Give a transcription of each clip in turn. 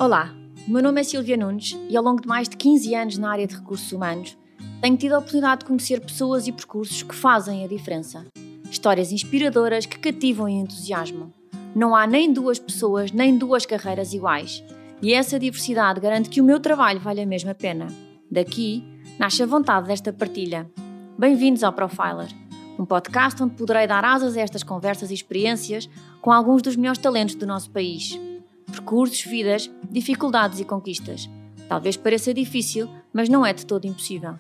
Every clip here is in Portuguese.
Olá, o meu nome é Silvia Nunes e ao longo de mais de 15 anos na área de recursos humanos tenho tido a oportunidade de conhecer pessoas e percursos que fazem a diferença. Histórias inspiradoras que cativam e entusiasmam. Não há nem duas pessoas nem duas carreiras iguais e essa diversidade garante que o meu trabalho vale a mesma pena. Daqui nasce a vontade desta partilha. Bem-vindos ao Profiler, um podcast onde poderei dar asas a estas conversas e experiências com alguns dos melhores talentos do nosso país. Percursos, vidas, dificuldades e conquistas. Talvez pareça difícil, mas não é de todo impossível.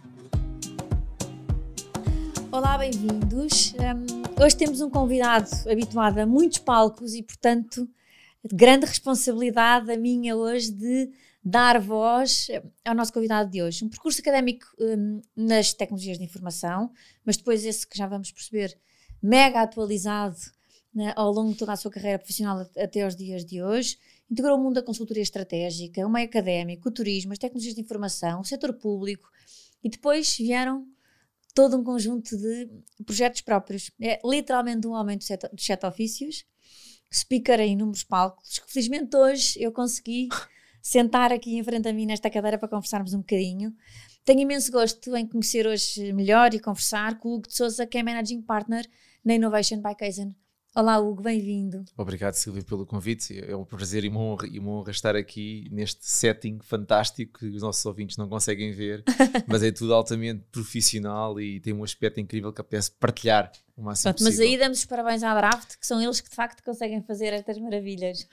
Olá, bem-vindos. Hoje temos um convidado habituado a muitos palcos e, portanto, grande responsabilidade a minha hoje de dar voz ao nosso convidado de hoje. Um percurso académico nas tecnologias de informação, mas depois esse que já vamos perceber, mega atualizado ao longo de toda a sua carreira profissional até aos dias de hoje. Integrou o mundo da consultoria estratégica, o meio académico, o turismo, as tecnologias de informação, o setor público e depois vieram todo um conjunto de projetos próprios. É literalmente um homem dos sete ofícios, speaker em inúmeros palcos, que felizmente hoje eu consegui sentar aqui em frente a mim nesta cadeira para conversarmos um bocadinho. Tenho imenso gosto em conhecer hoje melhor e conversar com o Hugo de Sousa, que é Managing Partner na Innovation by Kaizen. Olá Hugo, bem-vindo. Obrigado Silvia pelo convite, é um prazer e uma honra estar aqui neste setting fantástico que os nossos ouvintes não conseguem ver, mas é tudo altamente profissional e tem um aspecto incrível que apetece partilhar o máximo possível. Mas aí damos os parabéns à Draft, que são eles que de facto conseguem fazer estas maravilhas.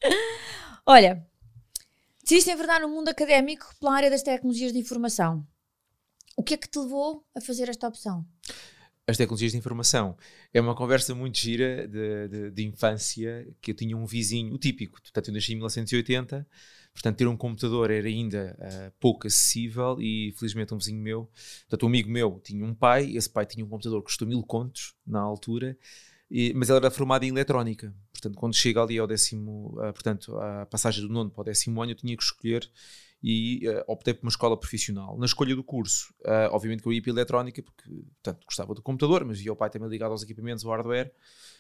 Olha, decidiste enverdar no mundo académico pela área das tecnologias de informação. O que é que te levou a fazer esta opção? As tecnologias de informação. É uma conversa muito gira de infância, que eu tinha um vizinho, o típico, portanto eu nasci em 1980, portanto ter um computador era ainda pouco acessível e felizmente um vizinho meu, portanto um amigo meu tinha um pai, esse pai tinha um computador que custou 1000 contos na altura, mas ele era formado em eletrónica, portanto quando chega ali ao portanto a passagem do 9º para o 10º ano eu tinha que escolher e optei por uma escola profissional. Na escolha do curso, obviamente que eu ia para a eletrónica porque, portanto, gostava do computador, mas via o pai também ligado aos equipamentos, ao hardware,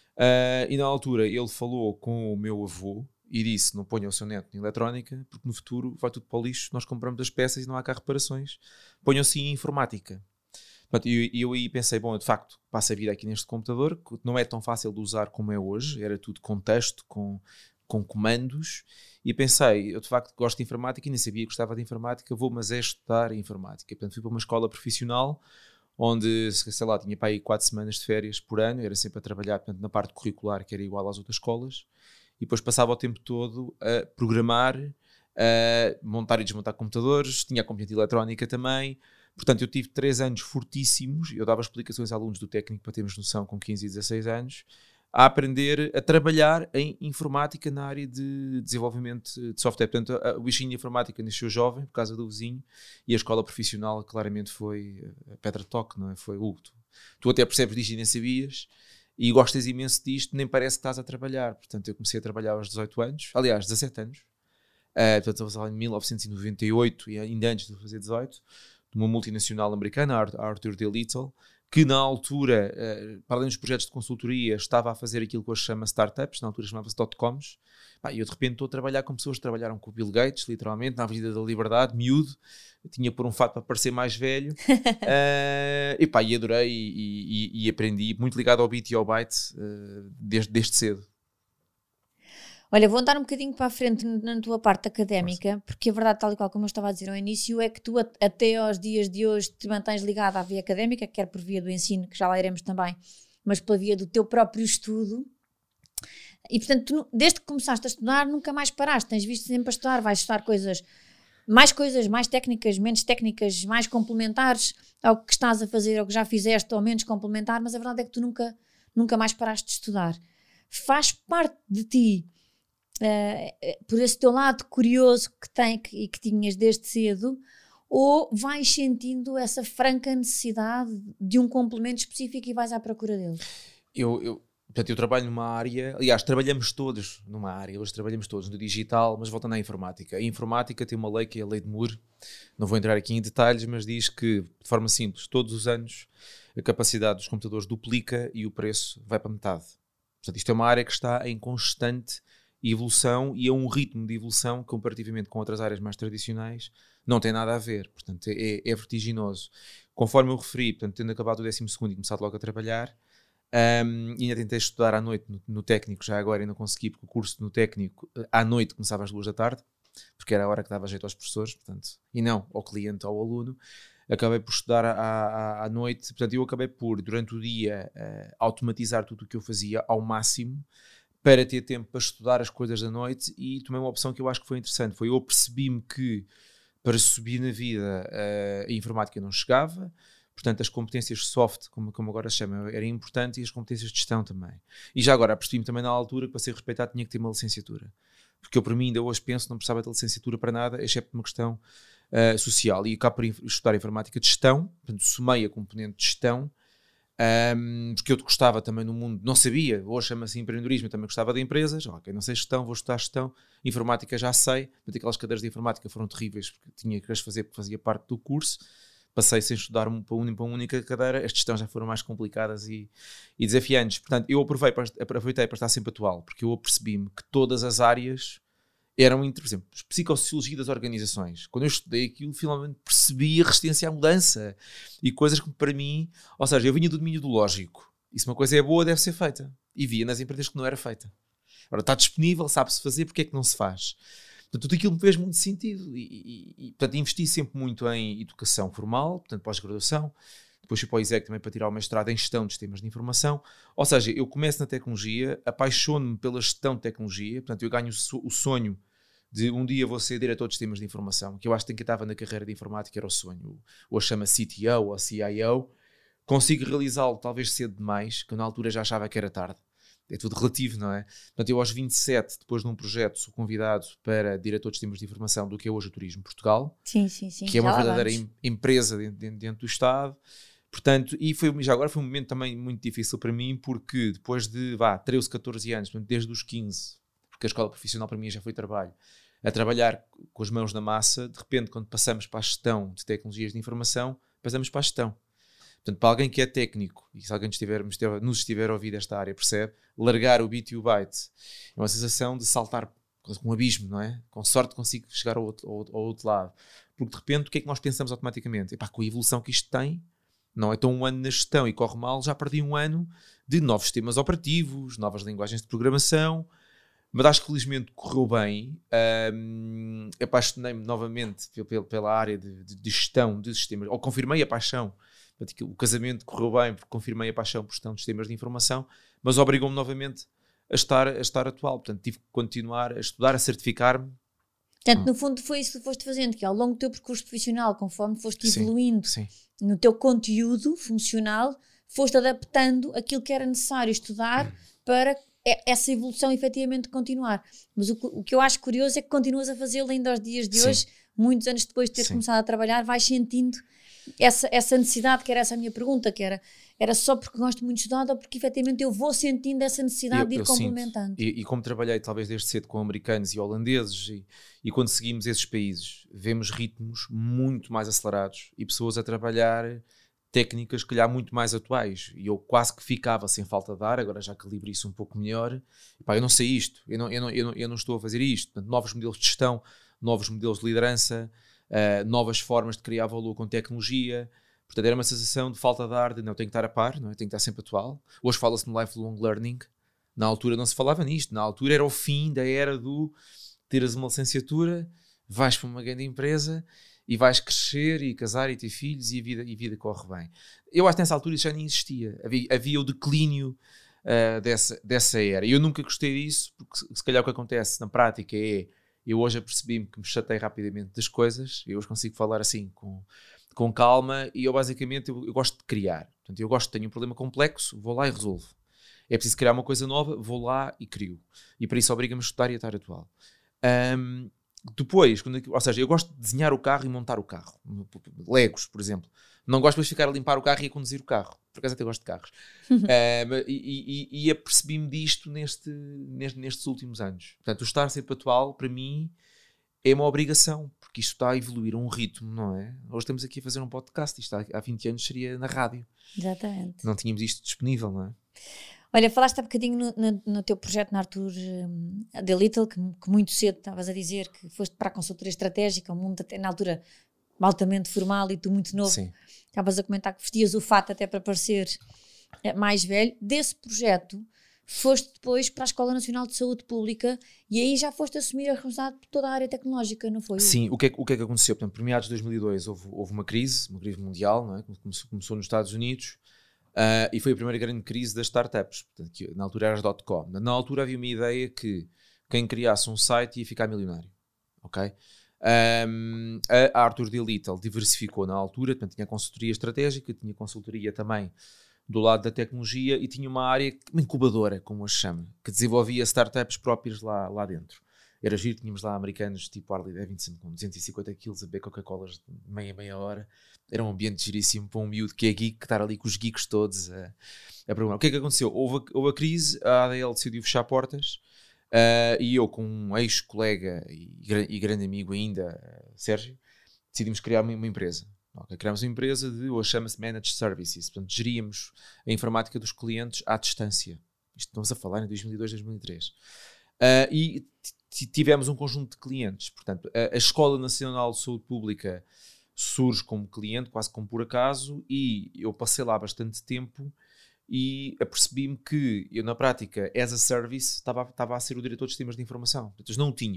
e na altura ele falou com o meu avô e disse, não ponha o seu neto em eletrónica porque no futuro vai tudo para o lixo, nós compramos as peças e não há cá reparações, ponham-se em informática. E eu aí pensei, bom, eu de facto passo a vida aqui neste computador, que não é tão fácil de usar como é hoje, era tudo com texto, com comandos, e pensei, eu de facto gosto de informática e nem sabia que gostava de informática, mas é estudar informática. Portanto, fui para uma escola profissional, onde, sei lá, tinha para aí 4 semanas de férias por ano, era sempre a trabalhar, portanto, na parte curricular, que era igual às outras escolas, e depois passava o tempo todo a programar, a montar e desmontar computadores, tinha a componente eletrónica também. Portanto, eu tive 3 anos fortíssimos, eu dava explicações a alunos do técnico, para termos noção, com 15 e 16 anos, a aprender a trabalhar em informática na área de desenvolvimento de software. Portanto, o bichinho de informática nasceu jovem, por causa do vizinho, e a escola profissional claramente foi a pedra de toque, não é? Foi, tu até percebes disto e nem sabias, e gostas imenso disto, nem parece que estás a trabalhar. Portanto, eu comecei a trabalhar aos 18 anos, aliás, 17 anos, portanto, estamos lá em 1998, e ainda antes de fazer 18, de uma multinacional americana, a Arthur D. Little, que na altura, para além dos projetos de consultoria, estava a fazer aquilo que hoje se chama startups, na altura chamava-se .coms, e eu de repente estou a trabalhar com pessoas que trabalharam com o Bill Gates, literalmente, na Avenida da Liberdade, miúdo, tinha por um fato para parecer mais velho, e adorei e aprendi, muito ligado ao bit e ao byte, desde cedo. Olha, vou andar um bocadinho para a frente na tua parte académica, porque a verdade, tal e qual como eu estava a dizer ao início, é que tu até aos dias de hoje te mantens ligado à via académica, quer por via do ensino, que já lá iremos também, mas pela via do teu próprio estudo. E portanto, tu, desde que começaste a estudar, nunca mais paraste, tens visto sempre a estudar, vais estudar coisas, mais técnicas, menos técnicas, mais complementares ao que estás a fazer, ao que já fizeste, ou menos complementar, mas a verdade é que tu nunca mais paraste de estudar. Faz parte de ti, por esse teu lado curioso que que tinhas desde cedo, ou vais sentindo essa franca necessidade de um complemento específico e vais à procura dele? Portanto, eu trabalho numa área, aliás, trabalhamos todos numa área, hoje trabalhamos todos no digital, mas voltando à informática. A informática tem uma lei que é a lei de Moore, não vou entrar aqui em detalhes, mas diz que, de forma simples, todos os anos a capacidade dos computadores duplica e o preço vai para metade. Portanto, isto é uma área que está em constante evolução e a um ritmo de evolução que, comparativamente com outras áreas mais tradicionais, não tem nada a ver. Portanto, é vertiginoso. Conforme eu referi, portanto, tendo acabado o 12º e começado logo a trabalhar, ainda tentei estudar à noite no técnico, já agora ainda consegui, porque o curso no técnico à noite começava às 2 da tarde, porque era a hora que dava jeito aos professores, portanto, e não ao cliente ou ao aluno. Acabei por estudar à noite, portanto eu acabei por, durante o dia, automatizar tudo o que eu fazia ao máximo, para ter tempo para estudar as coisas da noite, e tomei uma opção que eu acho que foi interessante, foi eu percebi-me que para subir na vida a informática não chegava, portanto as competências soft, como agora se chama, era importante, e as competências de gestão também. E já agora percebi-me também na altura que para ser respeitado tinha que ter uma licenciatura, porque eu por mim ainda hoje penso que não precisava ter licenciatura para nada, exceto uma questão social, e acabo por estudar informática de gestão, portanto somei a componente de gestão, porque eu gostava também no mundo, não sabia, hoje chama-se empreendedorismo, eu também gostava de empresas, ok, não sei gestão, vou estudar gestão, informática já sei, portanto aquelas cadeiras de informática foram terríveis, porque tinha que as fazer porque fazia parte do curso, passei sem estudar para uma única cadeira, as de gestão já foram mais complicadas e desafiantes, portanto eu aproveitei para estar sempre atual, porque eu apercebi-me que todas as áreas eram, por exemplo, psicossociologia das organizações. Quando eu estudei aquilo, finalmente percebi a resistência à mudança e coisas que para mim, ou seja, eu vinha do domínio do lógico. E se uma coisa é boa, deve ser feita. E via nas empresas que não era feita. Agora, está disponível, sabe-se fazer, porque é que não se faz? Portanto, tudo aquilo me fez muito sentido. Portanto, investi sempre muito em educação formal, portanto, pós-graduação. Depois fui para o ISEC também para tirar o mestrado em gestão de sistemas de informação. Ou seja, eu começo na tecnologia, apaixono-me pela gestão de tecnologia, portanto, eu ganho o sonho de um dia vou ser diretor de sistemas de informação, que eu acho que quem estava na carreira de informática era o sonho. Hoje chama CTO ou CIO. Consigo realizá-lo talvez cedo demais, que eu na altura já achava que era tarde. É tudo relativo, não é? Portanto, eu aos 27, depois de um projeto, sou convidado para diretor de sistemas de informação do que é hoje o Turismo Portugal. Sim. Que é uma verdadeira empresa dentro do Estado. Portanto, e já agora foi um momento também muito difícil para mim, porque depois de 13, 14 anos, portanto, desde os 15, porque a escola profissional para mim já foi trabalho, a trabalhar com as mãos na massa, de repente quando passamos para a gestão de tecnologias de informação, passamos para a gestão. Portanto, para alguém que é técnico, e se alguém nos estiver a ouvir esta área, percebe, largar o bit e o byte é uma sensação de saltar com um abismo, não é? Com sorte consigo chegar ao outro lado. Porque de repente o que é que nós pensamos automaticamente? Epá, com a evolução que isto tem, não é tão um ano na gestão e corre mal, já perdi um ano de novos sistemas operativos, novas linguagens de programação. Mas acho que felizmente correu bem. Apaixonei-me novamente pela área de gestão de sistemas, ou confirmei a paixão. O casamento correu bem porque confirmei a paixão por gestão de sistemas de informação, mas obrigou-me novamente a estar atual. Portanto, tive que continuar a estudar, a certificar-me. Portanto, no fundo foi isso que foste fazendo, que ao longo do teu percurso profissional, conforme foste evoluindo sim. no teu conteúdo funcional, foste adaptando aquilo que era necessário estudar para essa evolução efetivamente continuar. Mas o que eu acho curioso é que continuas a fazê-lo ainda aos dias de hoje, muitos anos depois de teres começado a trabalhar, vais sentindo essa necessidade, que era essa a minha pergunta, que era só porque gosto muito de estudar ou porque efetivamente eu vou sentindo essa necessidade de ir complementando. E como trabalhei talvez desde cedo com americanos e holandeses e quando seguimos esses países, vemos ritmos muito mais acelerados e pessoas a trabalhar técnicas que calhar muito mais atuais, e eu quase que ficava sem falta de ar. Agora já calibro isso um pouco melhor. Epá, eu não sei isto, eu não estou a fazer isto. Portanto, novos modelos de gestão, novos modelos de liderança, novas formas de criar valor com tecnologia. Portanto, era uma sensação de falta de ar, de não, tenho que estar a par, não é? Tenho que estar sempre atual. Hoje fala-se no lifelong learning, na altura não se falava nisto, na altura era o fim da era do teres uma licenciatura, vais para uma grande empresa e vais crescer e casar e ter filhos e a vida corre bem. Eu acho que nessa altura isso já nem existia. Havia o declínio dessa era. E eu nunca gostei disso, porque se calhar o que acontece na prática é, eu hoje apercebi-me que me chatei rapidamente das coisas, eu hoje consigo falar assim com calma, e eu basicamente eu gosto de criar. Portanto, eu tenho um problema complexo, vou lá e resolvo. É preciso criar uma coisa nova, vou lá e crio. E para isso obriga-me a estudar e a estar atual. Depois, ou seja, eu gosto de desenhar o carro e montar o carro. Legos, por exemplo. Não gosto de ficar a limpar o carro e a conduzir o carro. Por acaso até gosto de carros. E apercebi-me disto nestes últimos anos. Portanto, o estar sempre atual, para mim, é uma obrigação, porque isto está a evoluir a um ritmo, não é? Hoje estamos aqui a fazer um podcast, isto há 20 anos seria na rádio. Exatamente. Não tínhamos isto disponível, não é? Olha, falaste há bocadinho no teu projeto na Arthur The Little, que muito cedo estavas a dizer que foste para a consultoria estratégica, um mundo até na altura altamente formal e tu muito novo. Sim. Estavas a comentar que vestias o fato até para parecer mais velho. Desse projeto foste depois para a Escola Nacional de Saúde Pública e aí já foste assumir a responsabilidade por toda a área tecnológica, não foi? Sim, o que é que aconteceu? Portanto, por meados de 2002 houve uma crise mundial, não é? Começou nos Estados Unidos e foi a primeira grande crise das startups. Portanto, que, na altura era as .com. Na altura havia uma ideia que quem criasse um site ia ficar milionário. Ok? A Arthur The Little diversificou na altura, portanto, tinha consultoria estratégica, tinha consultoria também do lado da tecnologia e tinha uma área, uma incubadora, como a chama, que desenvolvia startups próprias lá dentro. Era giro, tínhamos lá americanos tipo Harley Davidson com 250 quilos a beber Coca-Colas de meia hora. Era um ambiente giríssimo para um miúdo que é geek, que estar ali com os geeks todos a programar. O que é que aconteceu? Houve a crise, a ADL decidiu fechar portas e eu com um ex-colega e grande amigo ainda, Sérgio, decidimos criar uma empresa. Okay, criámos uma empresa hoje chama-se Managed Services, portanto geríamos a informática dos clientes à distância. Isto estamos a falar em 2002, 2003. E tivemos um conjunto de clientes, portanto a Escola Nacional de Saúde Pública surge como cliente, quase como por acaso, e eu passei lá bastante tempo e apercebi-me que eu na prática, as a service, estava a ser o diretor de sistemas de informação. Portanto, eles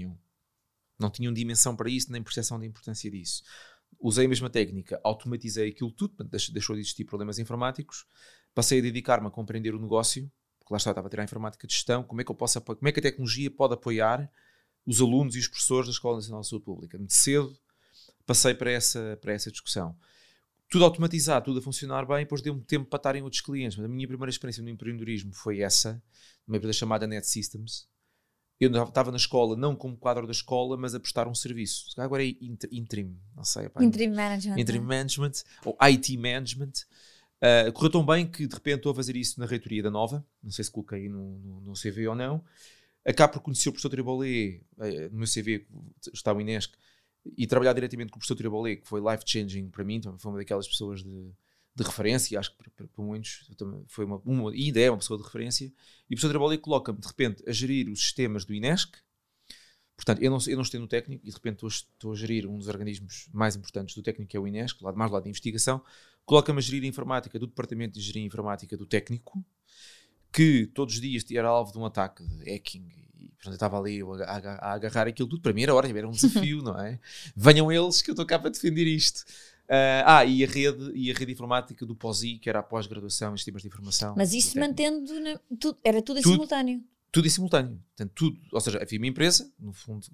não tinham dimensão para isso, nem percepção da importância disso. Usei a mesma técnica, automatizei aquilo tudo, deixou de existir problemas informáticos, passei a dedicar-me a compreender o negócio, porque lá estava a tirar a informática de gestão, como é que a tecnologia pode apoiar os alunos e os professores da Escola Nacional de Saúde Pública. Muito cedo passei para essa discussão. Tudo automatizado, tudo a funcionar bem, depois deu-me tempo para estar em outros clientes. Mas a minha primeira experiência no empreendedorismo foi essa, uma empresa chamada Net Systems. Eu estava na escola, não como quadro da escola, mas a prestar um serviço. Agora é interim, não sei. Interim management. Interim management, ou IT management. Correu tão bem que de repente estou a fazer isso na reitoria da Nova. Não sei se coloquei no CV ou não. Acabo por conhecer o professor Tribolé, no meu CV está o Inesc, e trabalhar diretamente com o professor Tribolé, que foi life-changing para mim, foi uma daquelas pessoas de referência, acho que para muitos foi uma ideia, uma pessoa de referência, e o professor Tribolé coloca-me de repente a gerir os sistemas do Inesc. Portanto, eu não estou no técnico e de repente estou a gerir um dos organismos mais importantes do técnico, que é o Inesc, mais do lado de investigação. Coloca-me a gerir a informática do departamento de engenharia informática do técnico, que todos os dias era alvo de um ataque de hacking e portanto eu estava ali a agarrar aquilo tudo. Para mim era um desafio, não é? Venham eles que eu estou cá para defender isto. E a rede informática do POSI, que era a pós-graduação em sistemas de informação. Mas isso mantendo, era tudo em simultâneo? Tudo em simultâneo. Portanto, tudo, ou seja, havia uma empresa, no fundo,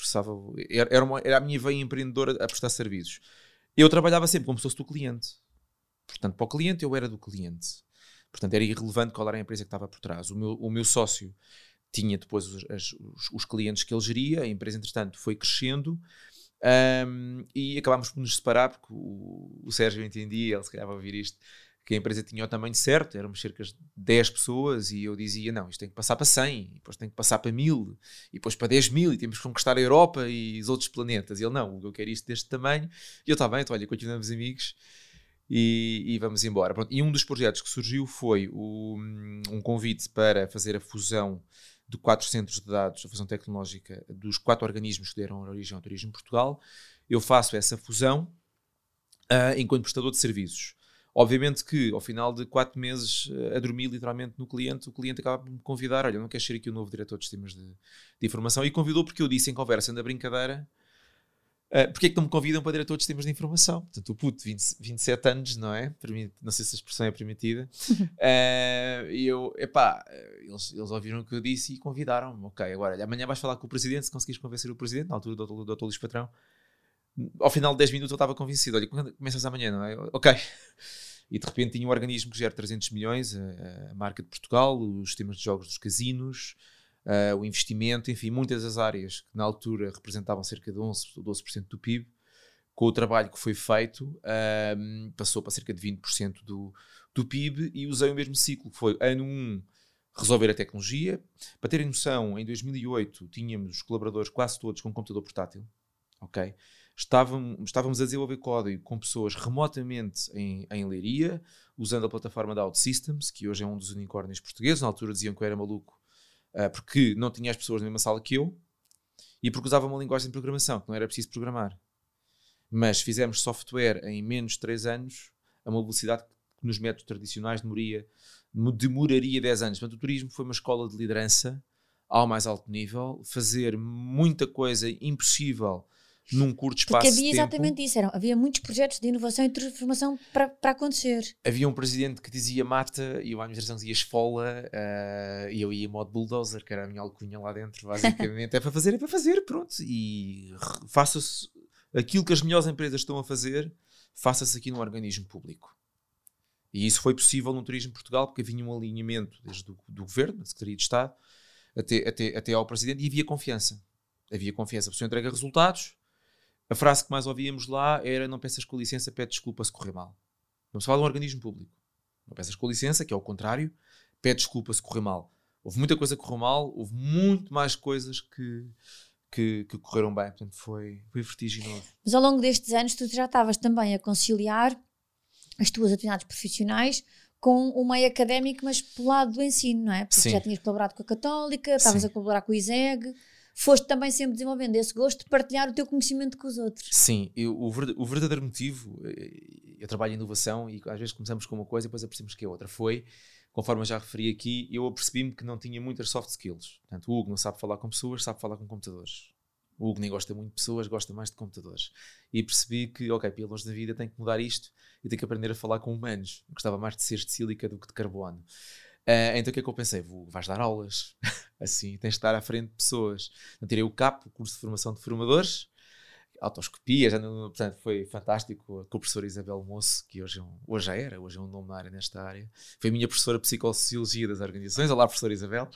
era a minha veia empreendedora a prestar serviços. Eu trabalhava sempre como se fosse do cliente. Portanto, para o cliente eu era do cliente. Portanto, era irrelevante qual era a empresa que estava por trás. O meu sócio tinha depois os clientes que ele geria, a empresa, entretanto, foi crescendo e acabámos por nos separar, porque o Sérgio entendia, ele se calhar vai ouvir isto, que a empresa tinha o tamanho certo, éramos cerca de 10 pessoas, e eu dizia, não, isto tem que passar para 100, e depois tem que passar para 1000, e depois para 10.000, e temos que conquistar a Europa e os outros planetas. E ele, não, eu quero isto deste tamanho, e eu, está bem, então olha, continuamos amigos, e vamos embora. Pronto, e um dos projetos que surgiu foi um convite para fazer a fusão de 4 centros de dados, a fusão tecnológica dos 4 organismos que deram origem ao Turismo Portugal. Eu faço essa fusão enquanto prestador de serviços. Obviamente que ao final de 4 meses a dormir literalmente no cliente, o cliente acaba por me convidar, olha, não queres ser aqui o novo diretor de sistemas de informação? E convidou porque eu disse em conversa, na brincadeira, porque é que não me convidam para diretor de sistemas de informação? Portanto, o puto, 27 anos, não é? Não sei se a expressão é permitida. E eu, eles ouviram o que eu disse e convidaram-me. Ok, agora, amanhã vais falar com o presidente, se conseguires convencer o presidente, na altura do Dr. Luís Patrão. Ao final de 10 minutos eu estava convencido. Olha, começas amanhã, não é? Ok. E de repente tinha um organismo que gera 300 milhões, a marca de Portugal, os sistemas de jogos dos casinos, o investimento, enfim, muitas das áreas que na altura representavam cerca de 11 ou 12% do PIB, com o trabalho que foi feito, passou para cerca de 20% do PIB, e usei o mesmo ciclo, que foi ano 1, resolver a tecnologia. Para terem noção, em 2008 tínhamos os colaboradores quase todos com computador portátil, ok? estávamos a desenvolver código com pessoas remotamente em Leiria, usando a plataforma da OutSystems, que hoje é um dos unicórnios portugueses. Na altura diziam que eu era maluco, porque não tinha as pessoas na mesma sala que eu, e porque usava uma linguagem de programação, que não era preciso programar. Mas fizemos software em menos de 3 anos, a uma velocidade que nos métodos tradicionais demoraria 10 anos. Portanto, o turismo foi uma escola de liderança ao mais alto nível, fazer muita coisa impossível num curto espaço de tempo. Porque havia exatamente isso, havia muitos projetos de inovação e transformação para acontecer. Havia um presidente que dizia mata e a administração dizia esfola, e eu ia em modo bulldozer, que era a minha alcunha lá dentro, basicamente. É para fazer, pronto. E faça-se aquilo que as melhores empresas estão a fazer, faça-se aqui num organismo público. E isso foi possível no Turismo Portugal, porque havia um alinhamento desde do Governo, da Secretaria de Estado, até ao Presidente, e havia confiança. Havia confiança. A pessoa entrega resultados. A frase que mais ouvíamos lá era: não peças com licença, pede desculpa se correr mal. Não se fala de um organismo público. Não peças com licença, que é o contrário, pede desculpa se correr mal. Houve muita coisa que correu mal, houve muito mais coisas que correram bem. Portanto, foi vertiginoso. Mas ao longo destes anos tu já estavas também a conciliar as tuas atividades profissionais com o meio académico, mas pelo lado do ensino, não é? Porque Sim. já tinhas colaborado com a Católica, estavas a colaborar com o ISEG, foste também sempre desenvolvendo esse gosto de partilhar o teu conhecimento com os outros. Sim, o verdadeiro motivo, eu trabalho em inovação e às vezes começamos com uma coisa e depois apercebemos que é outra. Foi, conforme eu já referi aqui, eu apercebi-me que não tinha muitas soft skills. Portanto, o Hugo não sabe falar com pessoas, sabe falar com computadores. O Hugo nem gosta muito de pessoas, gosta mais de computadores. E percebi que, ok, pelo longe da vida tenho que mudar isto e tenho que aprender a falar com humanos. Eu gostava mais de seres de sílica do que de carbono. Então o que é que eu pensei? Vais dar aulas, assim, tens de estar à frente de pessoas. Então, tirei o CAP, o curso de formação de formadores, autoscopia, portanto foi fantástico, com a professora Isabel Moço, que hoje é um nome na área, nesta área. Foi a minha professora de Psicossociologia das organizações. Olá, professora Isabel.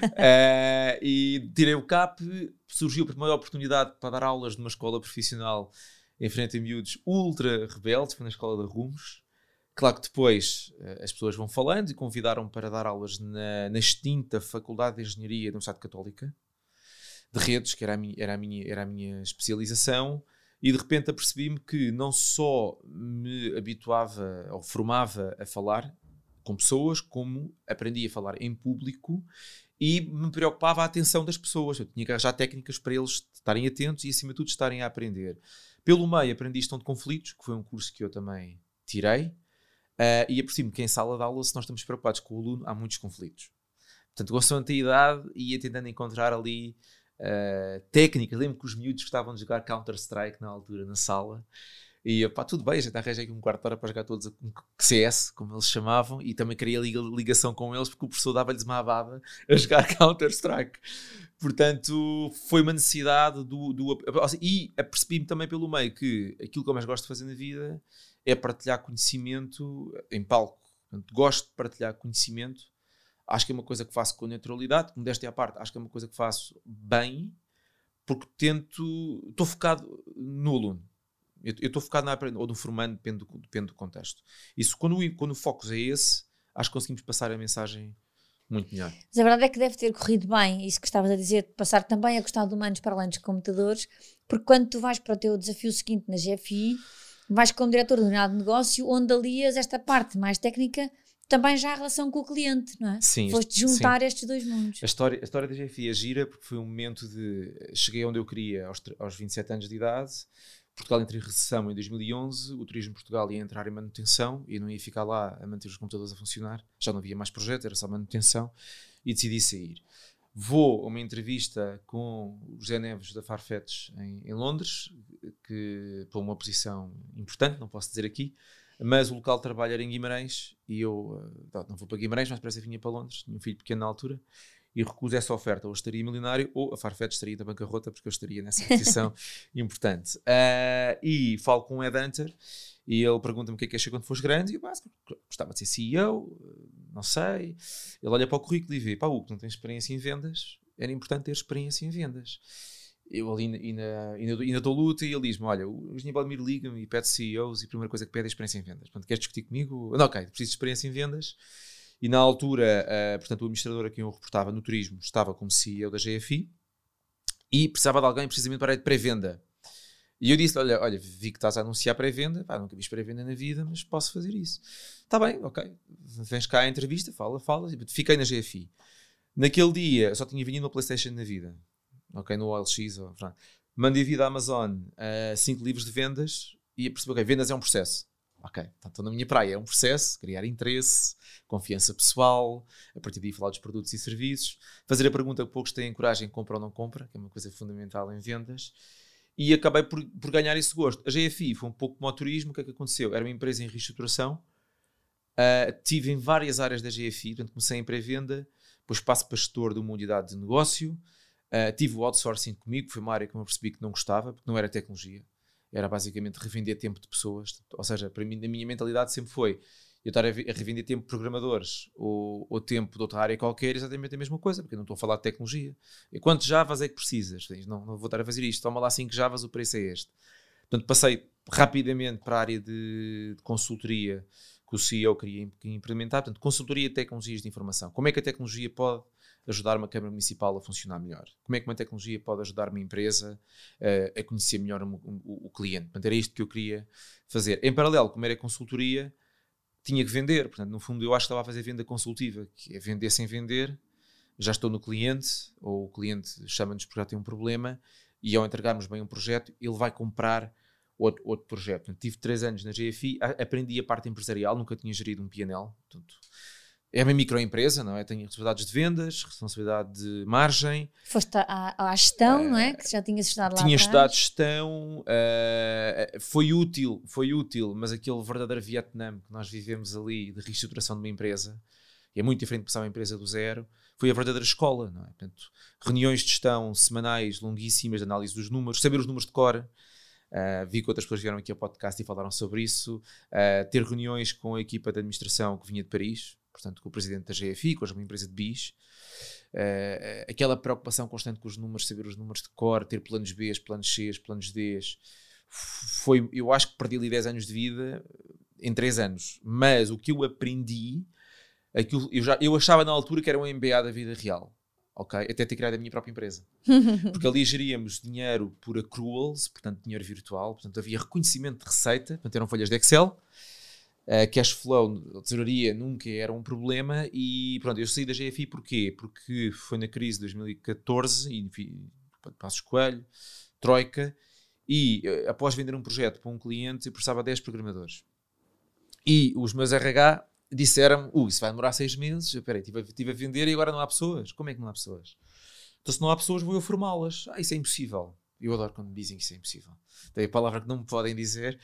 E tirei o CAP, surgiu a primeira oportunidade para dar aulas numa escola profissional em frente a miúdos ultra rebeldes, foi na escola da Rumos. Claro que depois as pessoas vão falando e convidaram-me para dar aulas na extinta Faculdade de Engenharia da Universidade Católica de Redes, que era a minha especialização, e de repente apercebi-me que não só me habituava ou formava a falar com pessoas, como aprendi a falar em público e me preocupava a atenção das pessoas. Eu tinha que arranjar técnicas para eles estarem atentos e, acima de tudo, estarem a aprender. Pelo meio, aprendi gestão de conflitos, que foi um curso que eu também tirei, e apercebi-me que em sala de aula, se nós estamos preocupados com o aluno, há muitos conflitos. Portanto, consoante a idade, ia tentando encontrar ali técnicas. Lembro que os miúdos gostavam de jogar Counter-Strike na altura, na sala, e pá, tudo bem, a gente arranjei aqui um quarto de hora para jogar todos CS, como eles chamavam, e também queria ligação com eles, porque o professor dava-lhes uma abada a jogar Counter-Strike. Portanto, foi uma necessidade e apercebi-me também pelo meio que aquilo que eu mais gosto de fazer na vida é partilhar conhecimento em palco. Portanto, gosto de partilhar conhecimento. Acho que é uma coisa que faço com naturalidade, modéstia à parte, acho que é uma coisa que faço bem, porque estou focado no aluno. Eu estou focado na aprendizagem, ou no formando, depende do contexto. Isso, quando o foco é esse, acho que conseguimos passar a mensagem muito melhor. Mas a verdade é que deve ter corrido bem, isso que estavas a dizer, de passar também a gostar de humanos para além dos computadores, porque quando tu vais para o teu desafio seguinte na GFI, vais como diretor de unidade de negócio, onde alias esta parte mais técnica também já a relação com o cliente, não é? Sim. Foste juntar estes dois mundos. A história da GFI é gira, porque foi um momento de... Cheguei onde eu queria aos 27 anos de idade. Portugal entra em recessão em 2011, o Turismo Portugal ia entrar em manutenção e não ia ficar lá a manter os computadores a funcionar. Já não havia mais projeto, era só manutenção, e decidi sair. Vou a uma entrevista com o José Neves da Farfetch em Londres, para uma posição importante, não posso dizer aqui, mas o local de trabalho era em Guimarães e eu não vou para Guimarães, mas parece que vinha para Londres, tinha um filho pequeno na altura, e recuso essa oferta. Ou estaria milionário ou a Farfetch estaria na bancarrota, porque eu estaria nessa posição importante. E falo com um headhunter e ele pergunta-me o que é que achei quando fosse grande, e eu gostava de ser CEO, não sei. Ele olha para o currículo e vê, Hugo, não tens experiência em vendas, era importante ter experiência em vendas. Eu ali ainda estou luta, e ele diz-me, olha, o Engenheiro Valdemiro liga-me e pede CEOs e a primeira coisa que pede é experiência em vendas. Portanto, queres discutir comigo? Não, ok, preciso de experiência em vendas. E na altura, portanto, o administrador a quem eu reportava no turismo estava como CEO da GFI e precisava de alguém precisamente para a área de pré-venda. E eu disse, olha, vi que estás a anunciar pré-venda, nunca vi pré-venda na vida, mas posso fazer isso. Está bem, ok, vens cá à entrevista, fala, fiquei na GFI. Naquele dia, eu só tinha vendido uma PlayStation na vida, ok, no OLX, mandei vida à Amazon 5 livros de vendas e percebi, ok, vendas é um processo. Ok, estou na minha praia, é um processo, criar interesse, confiança pessoal, a partir daí falar dos produtos e serviços, fazer a pergunta que poucos têm coragem, compra ou não compra, que é uma coisa fundamental em vendas, e acabei por ganhar esse gosto. A GFI foi um pouco como o turismo. O que é que aconteceu? Era uma empresa em reestruturação, tive em várias áreas da GFI, portanto comecei em pré-venda, depois passo para gestor de uma unidade de negócio, tive o outsourcing comigo, que foi uma área que eu percebi que não gostava, porque não era tecnologia. Era basicamente revender tempo de pessoas. Ou seja, para mim, na minha mentalidade sempre foi eu estar a revender tempo de programadores ou tempo de outra área qualquer, exatamente a mesma coisa, porque eu não estou a falar de tecnologia. E quantos Javas é que precisas? Não vou estar a fazer isto. Toma lá 5 Javas, o preço é este. Portanto, passei rapidamente para a área de consultoria que o CEO queria implementar. Portanto, consultoria de tecnologias de informação. Como é que a tecnologia pode ajudar uma Câmara Municipal a funcionar melhor? Como é que uma tecnologia pode ajudar uma empresa a conhecer melhor o cliente? Portanto, era isto que eu queria fazer. Em paralelo, como era consultoria, tinha que vender. Portanto, no fundo, eu acho que estava a fazer venda consultiva, que é vender sem vender. Já estou no cliente, ou o cliente chama-nos porque já tem um problema, e ao entregarmos bem um projeto, ele vai comprar outro projeto. Portanto, tive 3 anos na GFI, aprendi a parte empresarial, nunca tinha gerido um P&L. Portanto, é uma microempresa, não é? Tenho responsabilidades de vendas, responsabilidade de margem. Foste à gestão, não é? Que já tinhas estudado lá Tinha atrás. estudado gestão, foi útil, mas aquele verdadeiro Vietnã que nós vivemos ali, de reestruturação de uma empresa, é muito diferente de começar uma empresa do zero, foi a verdadeira escola, não é? Portanto, reuniões de gestão semanais, longuíssimas, de análise dos números, saber os números de cor. Vi que outras pessoas vieram aqui ao podcast e falaram sobre isso. Ter reuniões com a equipa de administração que vinha de Paris, portanto com o presidente da GFI, com uma empresa de BIS, aquela preocupação constante com os números, saber os números de cor, ter planos B, planos C, planos D, eu acho que perdi ali 10 anos de vida em 3 anos, mas o que eu aprendi, eu achava na altura que era um MBA da vida real. Okay? Até ter criado a minha própria empresa. Porque ali geríamos dinheiro por accruals, portanto dinheiro virtual, portanto havia reconhecimento de receita, portanto eram folhas de Excel, cash flow, tesouraria nunca era um problema e pronto, eu saí da GFI porquê? Porque foi na crise de 2014 e Passos Coelho, Troika, e após vender um projeto para um cliente eu precisava de 10 programadores. E os meus RH disseram-me, isso vai demorar 6 meses, espera aí, estive a vender e agora não há pessoas. Como é que não há pessoas? Então se não há pessoas vou eu formá-las. Isso é impossível. Eu adoro quando me dizem que isso é impossível. Tem a palavra que não me podem dizer.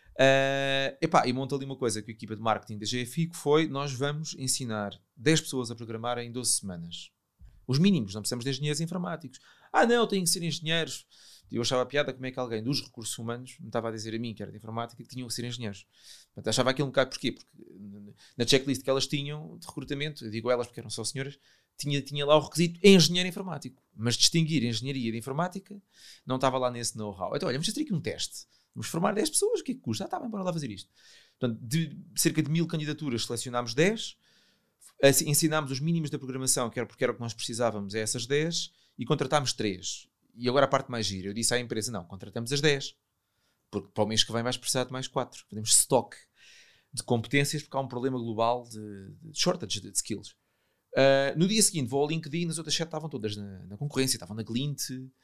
E monto ali uma coisa com a equipa de marketing da GFI, que foi, nós vamos ensinar 10 pessoas a programar em 12 semanas. Os mínimos, não precisamos de engenheiros informáticos. Não, têm que ser engenheiros. Eu achava a piada como é que alguém dos recursos humanos me estava a dizer a mim, que era de informática, que tinham que ser engenheiros. Portanto, achava aquilo um bocado. Porquê? Porque na checklist que elas tinham de recrutamento, eu digo elas porque eram só senhoras, tinha lá o requisito engenheiro informático. Mas distinguir engenharia de informática não estava lá nesse know-how. Então, olha, vamos fazer aqui um teste. Vamos formar 10 pessoas, o que é que custa? Está bem, bora lá fazer isto. Portanto, de cerca de 1000 candidaturas, selecionámos 10, ensinámos os mínimos da programação, porque era o que nós precisávamos, a essas 10, e contratámos 3. E agora a parte mais gira, eu disse à empresa, não, contratamos as 10, porque para o mês que vem vais precisar de mais 4. Fazemos stock de competências, porque há um problema global de shortage de skills. No dia seguinte vou ao LinkedIn, as outras 7 estavam todas na concorrência, estavam na Glint,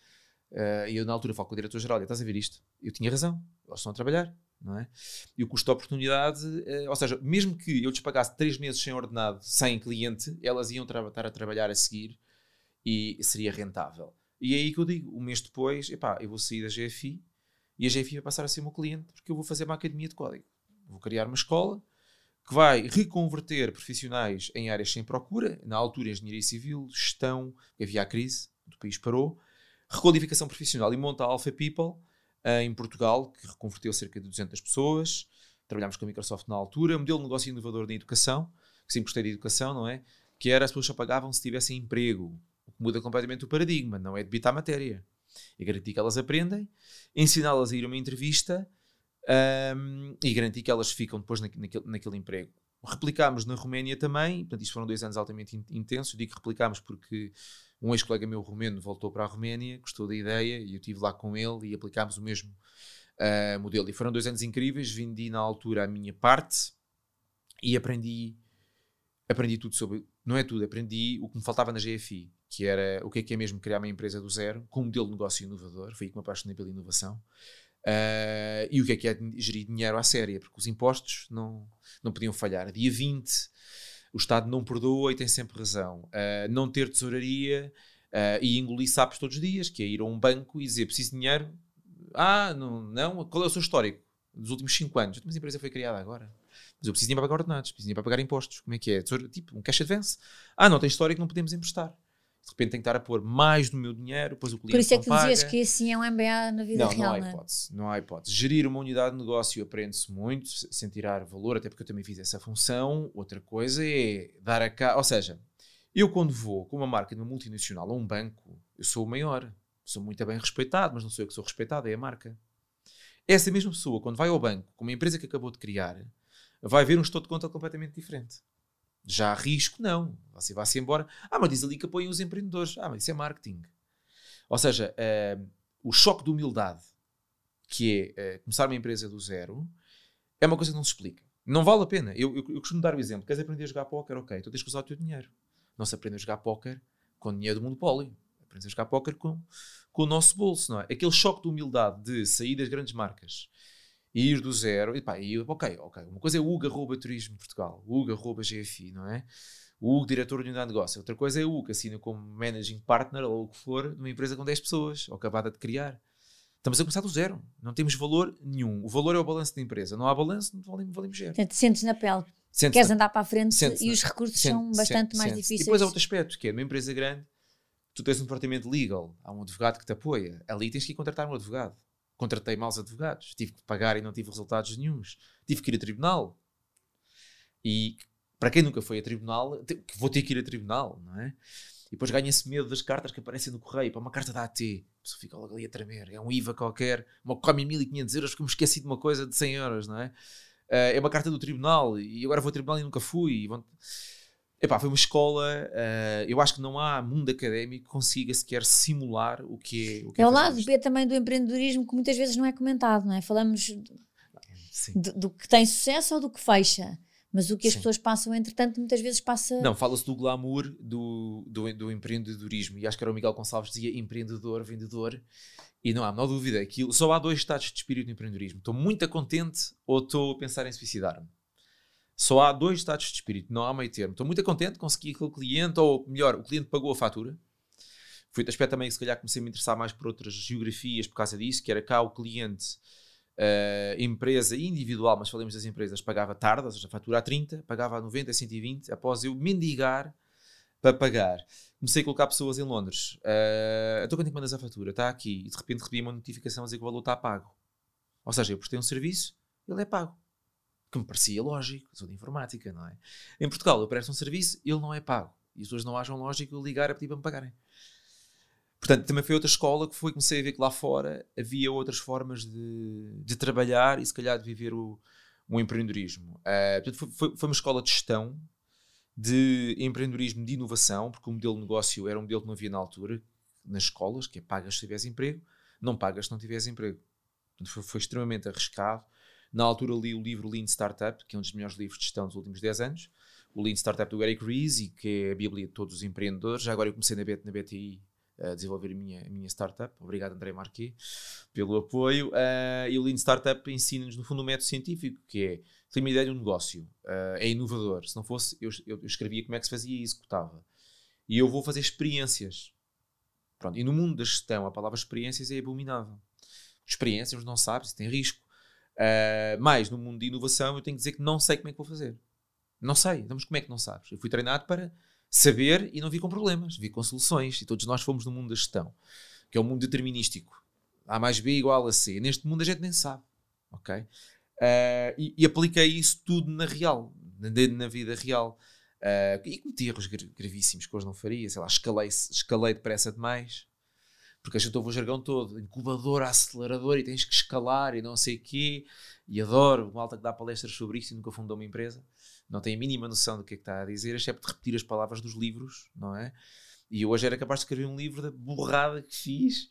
e eu na altura falo com o diretor-geral, estás a ver isto? Eu tinha razão, elas estão a trabalhar, não é? E o custo de oportunidade, ou seja, mesmo que eu lhes pagasse 3 meses sem ordenado, sem cliente, elas iam estar a trabalhar a seguir e seria rentável. E é aí que eu digo, um mês depois, eu vou sair da GFI e a GFI vai passar a ser o meu cliente porque eu vou fazer uma academia de código. Vou criar uma escola que vai reconverter profissionais em áreas sem procura, na altura engenharia civil, gestão, havia a crise, o país parou, requalificação profissional, e monta a Alpha People em Portugal, que reconverteu cerca de 200 pessoas, trabalhámos com a Microsoft na altura, modelo de negócio inovador na educação, que sempre gostei de educação, não é? Que era, as pessoas só pagavam se tivessem emprego. Muda completamente o paradigma, não é debitar a matéria, é garantir que elas aprendem, ensiná-las a ir a uma entrevista e garantir que elas ficam depois naquele emprego. Replicámos na Roménia também, portanto isto foram 2 anos altamente intensos, eu digo que replicámos porque Um ex-colega meu romeno voltou para a Roménia, gostou da ideia e eu estive lá com ele e aplicámos o mesmo modelo. E foram 2 anos incríveis, vendi na altura a minha parte e aprendi tudo sobre... Não é tudo, aprendi o que me faltava na GFI, que era o que é mesmo criar uma empresa do zero, com um modelo de negócio inovador. Foi aí que me apaixonei pela inovação. E o que é gerir dinheiro à séria, porque os impostos não podiam falhar. Dia 20, o Estado não perdoa e tem sempre razão. Não ter tesouraria e engolir sapos todos os dias, que é ir a um banco e dizer, preciso de dinheiro. Não, qual é o seu histórico dos últimos 5 anos? Mas a empresa foi criada agora. Mas eu preciso de dinheiro para pagar ordenados, preciso de dinheiro para pagar impostos. Como é que é? Tipo, um cash advance. Não tem histórico, não podemos emprestar. De repente tenho que estar a pôr mais do meu dinheiro, depois o cliente Por isso é que não paga. dizias que assim é um MBA na vida real, não há hipótese. Gerir uma unidade de negócio aprende-se muito, sem tirar valor, até porque eu também fiz essa função. Outra coisa é dar a cá... Ou seja, eu quando vou com uma marca de uma multinacional a um banco, eu sou o maior. Sou muito bem respeitado, mas não sou eu que sou respeitado, é a marca. Essa mesma pessoa, quando vai ao banco, com uma empresa que acabou de criar, vai ver um gestor de conta completamente diferente. Já há risco, não. Você vai-se embora. Mas diz ali que apoiam os empreendedores. Mas isso é marketing. Ou seja, o choque de humildade, que é começar uma empresa do zero, é uma coisa que não se explica. Não vale a pena. Eu costumo dar o exemplo. Queres aprender a jogar póquer? Ok, então tens que usar o teu dinheiro. Não se aprende a jogar póquer com dinheiro do monopólio. Aprendes a jogar póquer com o nosso bolso, não é? Aquele choque de humildade de sair das grandes marcas e ir do zero, ok. Uma coisa é o Hugo arroba Turismo Portugal, o Hugo arroba GFI, não é? O Hugo, diretor de unidade de negócio. Outra coisa é o Hugo, que assina como managing partner ou o que for, numa empresa com 10 pessoas, ou acabada de criar. Estamos a começar do zero. Não temos valor nenhum. O valor é o balanço da empresa. Não há balanço, não valemos zero. Portanto, sentes na pele. Queres andar para a frente e os recursos são bastante mais difíceis. E depois há outro aspecto, que é, numa empresa grande, tu tens um departamento legal, há um advogado que te apoia. Ali tens que ir contratar um advogado. Contratei maus advogados, tive que pagar e não tive resultados nenhuns, tive que ir a tribunal. E para quem nunca foi a tribunal, vou ter que ir a tribunal, não é? E depois ganha-se medo das cartas que aparecem no correio, para uma carta da AT, a pessoa fica logo ali a tremer, é um IVA qualquer, uma come 1.500 euros porque me esqueci de uma coisa de 100 euros, não é? É uma carta do tribunal e agora vou ao tribunal e nunca fui. Foi uma escola, eu acho que não há mundo académico que consiga sequer simular o que é. É o lado B também do empreendedorismo que muitas vezes não é comentado, não é? Falamos do que tem sucesso ou do que fecha, mas o que as pessoas passam, entretanto, muitas vezes passa... Não, fala-se do glamour do empreendedorismo, e acho que era o Miguel Gonçalves que dizia empreendedor, vendedor, e não há a menor dúvida, aquilo, só há 2 estados de espírito no empreendedorismo. Estou muito contente ou estou a pensar em suicidar-me. Só há 2 estados de espírito, não há meio termo. Estou muito contente, consegui aquele cliente, ou melhor, o cliente pagou a fatura. Foi outro aspecto também que se calhar comecei a me interessar mais por outras geografias por causa disso, que era cá o cliente, empresa individual, mas falamos das empresas, pagava tarde, ou seja, a fatura a 30, pagava a 90, a 120, após eu mendigar para pagar. Comecei a colocar pessoas em Londres. Então quando é que mandas a fatura? Está aqui. E de repente recebi uma notificação a dizer que o valor está pago. Ou seja, eu prestei um serviço, ele é pago. Que me parecia lógico, sou de informática, não é? Em Portugal eu presto um serviço, ele não é pago. E as pessoas não acham lógico eu ligar a pedir para me pagarem. Portanto, também foi outra escola que comecei a ver que lá fora havia outras formas de trabalhar e se calhar de viver o empreendedorismo. Portanto, foi uma escola de gestão, de empreendedorismo, de inovação, porque o modelo de negócio era um modelo que não havia na altura, nas escolas, que é pagas se tiveres emprego, não pagas se não tiveres emprego. Portanto, foi extremamente arriscado. Na altura li o livro Lean Startup, que é um dos melhores livros de gestão dos últimos 10 anos. O Lean Startup do Eric Ries, que é a bíblia de todos os empreendedores. Já agora eu comecei na BTI a desenvolver a minha startup. Obrigado, André Marquet, pelo apoio. E o Lean Startup ensina-nos, no fundo, um método científico, que é, tenho uma ideia de um negócio, é inovador. Se não fosse, eu escrevia como é que se fazia e executava. E eu vou fazer experiências. Pronto. E no mundo da gestão, a palavra experiências é abominável. Experiências, não sabes, isso tem risco. Mas no mundo de inovação eu tenho que dizer que não sei como é que vou fazer. Não sei, então, mas como é que não sabes? Eu fui treinado para saber e não vir com problemas, vir com soluções, e todos nós fomos no mundo da gestão, que é um mundo determinístico. A mais B igual a C. Neste mundo a gente nem sabe, ok? E apliquei isso tudo na vida real, e cometi erros gravíssimos que hoje não faria. Sei lá, escalei depressa demais, porque a gente ouve o jargão todo, incubador, acelerador, e tens que escalar e não sei o quê, e adoro o malta que dá palestras sobre isso e nunca fundou uma empresa, não tem a mínima noção do que é que está a dizer, excepto de repetir as palavras dos livros, não é? E eu hoje era capaz de escrever um livro da burrada que fiz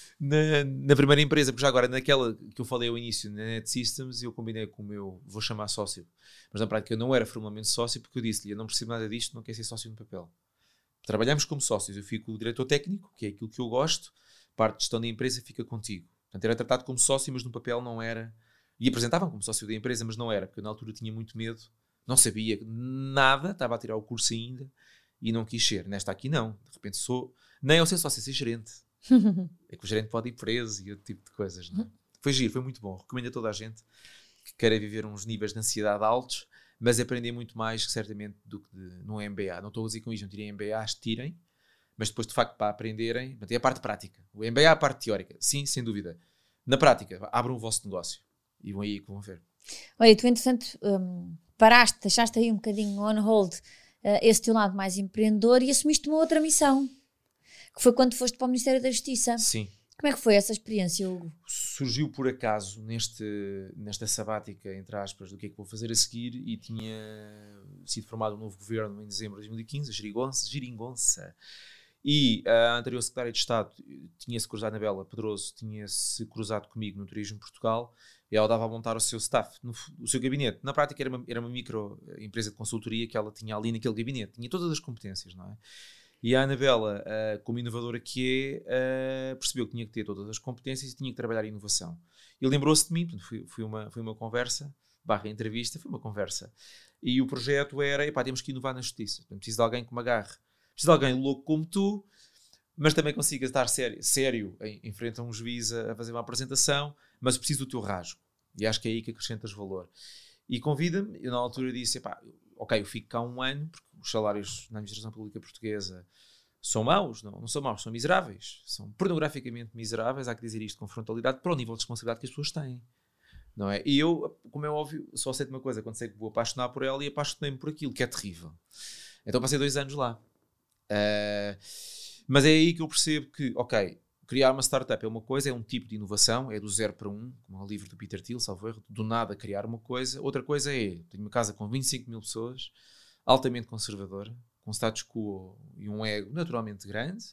na primeira empresa, porque já agora naquela que eu falei ao início, na Net Systems, eu combinei com o meu, vou chamar sócio, mas na prática eu não era formalmente sócio, porque eu disse-lhe, eu não percebo nada disto, não quero ser sócio no papel. Trabalhamos como sócios, eu fico o diretor técnico, que é aquilo que eu gosto, parte de gestão da empresa fica contigo. Portanto, era tratado como sócio, mas no papel não era. E apresentavam como sócio da empresa, mas não era, porque eu na altura tinha muito medo, não sabia nada, estava a tirar o curso ainda e não quis ser. Nesta aqui não, de repente nem eu ser sócio, ser gerente. É que o gerente pode ir preso e outro tipo de coisas, não é? Foi giro, foi muito bom. Recomendo a toda a gente que queira viver uns níveis de ansiedade altos, mas aprender muito mais, certamente, do que no MBA. Não estou a dizer com isto, não tirem MBAs, tirem, mas depois, de facto, para aprenderem, é a parte prática. O MBA é a parte teórica, sim, sem dúvida. Na prática, abram o vosso negócio e vão aí que vão ver. Olha, tu, entretanto, paraste, deixaste aí um bocadinho on hold esse teu lado mais empreendedor e assumiste uma outra missão, que foi quando foste para o Ministério da Justiça. Sim. Como é que foi essa experiência, Hugo? Surgiu por acaso nesta sabática, entre aspas, do que é que vou fazer a seguir, e tinha sido formado um novo governo em dezembro de 2015, a Geringonça. E a anterior secretária de Estado tinha-se cruzado, Anabela Pedroso, tinha-se cruzado comigo no Turismo Portugal, e ela dava a montar o seu staff, o seu gabinete. Na prática era uma micro empresa de consultoria que ela tinha ali naquele gabinete, tinha todas as competências, não é? E a Anabela, como inovadora que é, percebeu que tinha que ter todas as competências e tinha que trabalhar em inovação. E lembrou-se de mim, portanto, foi uma conversa, / entrevista, foi uma conversa. E o projeto era, temos que inovar na justiça. Portanto, preciso de alguém que me agarre. Preciso de alguém louco como tu, mas também consiga estar sério em frente a um juiz a fazer uma apresentação, mas preciso do teu rasgo. E acho que é aí que acrescentas valor. E convida-me, eu na altura disse, ok, eu fico cá um ano, porque os salários na administração pública portuguesa são maus, não são maus, são miseráveis, são pornograficamente miseráveis, há que dizer isto com frontalidade, para o nível de responsabilidade que as pessoas têm, não é? E eu, como é óbvio, só aceito uma coisa, quando sei que vou apaixonar por ela, e apaixonei-me por aquilo, que é terrível. Então passei 2 anos lá. Mas é aí que eu percebo que, ok, criar uma startup é uma coisa, é um tipo de inovação, é do 0 para 1, como é o livro do Peter Thiel, salvo erro, do nada criar uma coisa. Outra coisa é, tenho uma casa com 25 mil pessoas, altamente conservadora, com status quo e um ego naturalmente grande.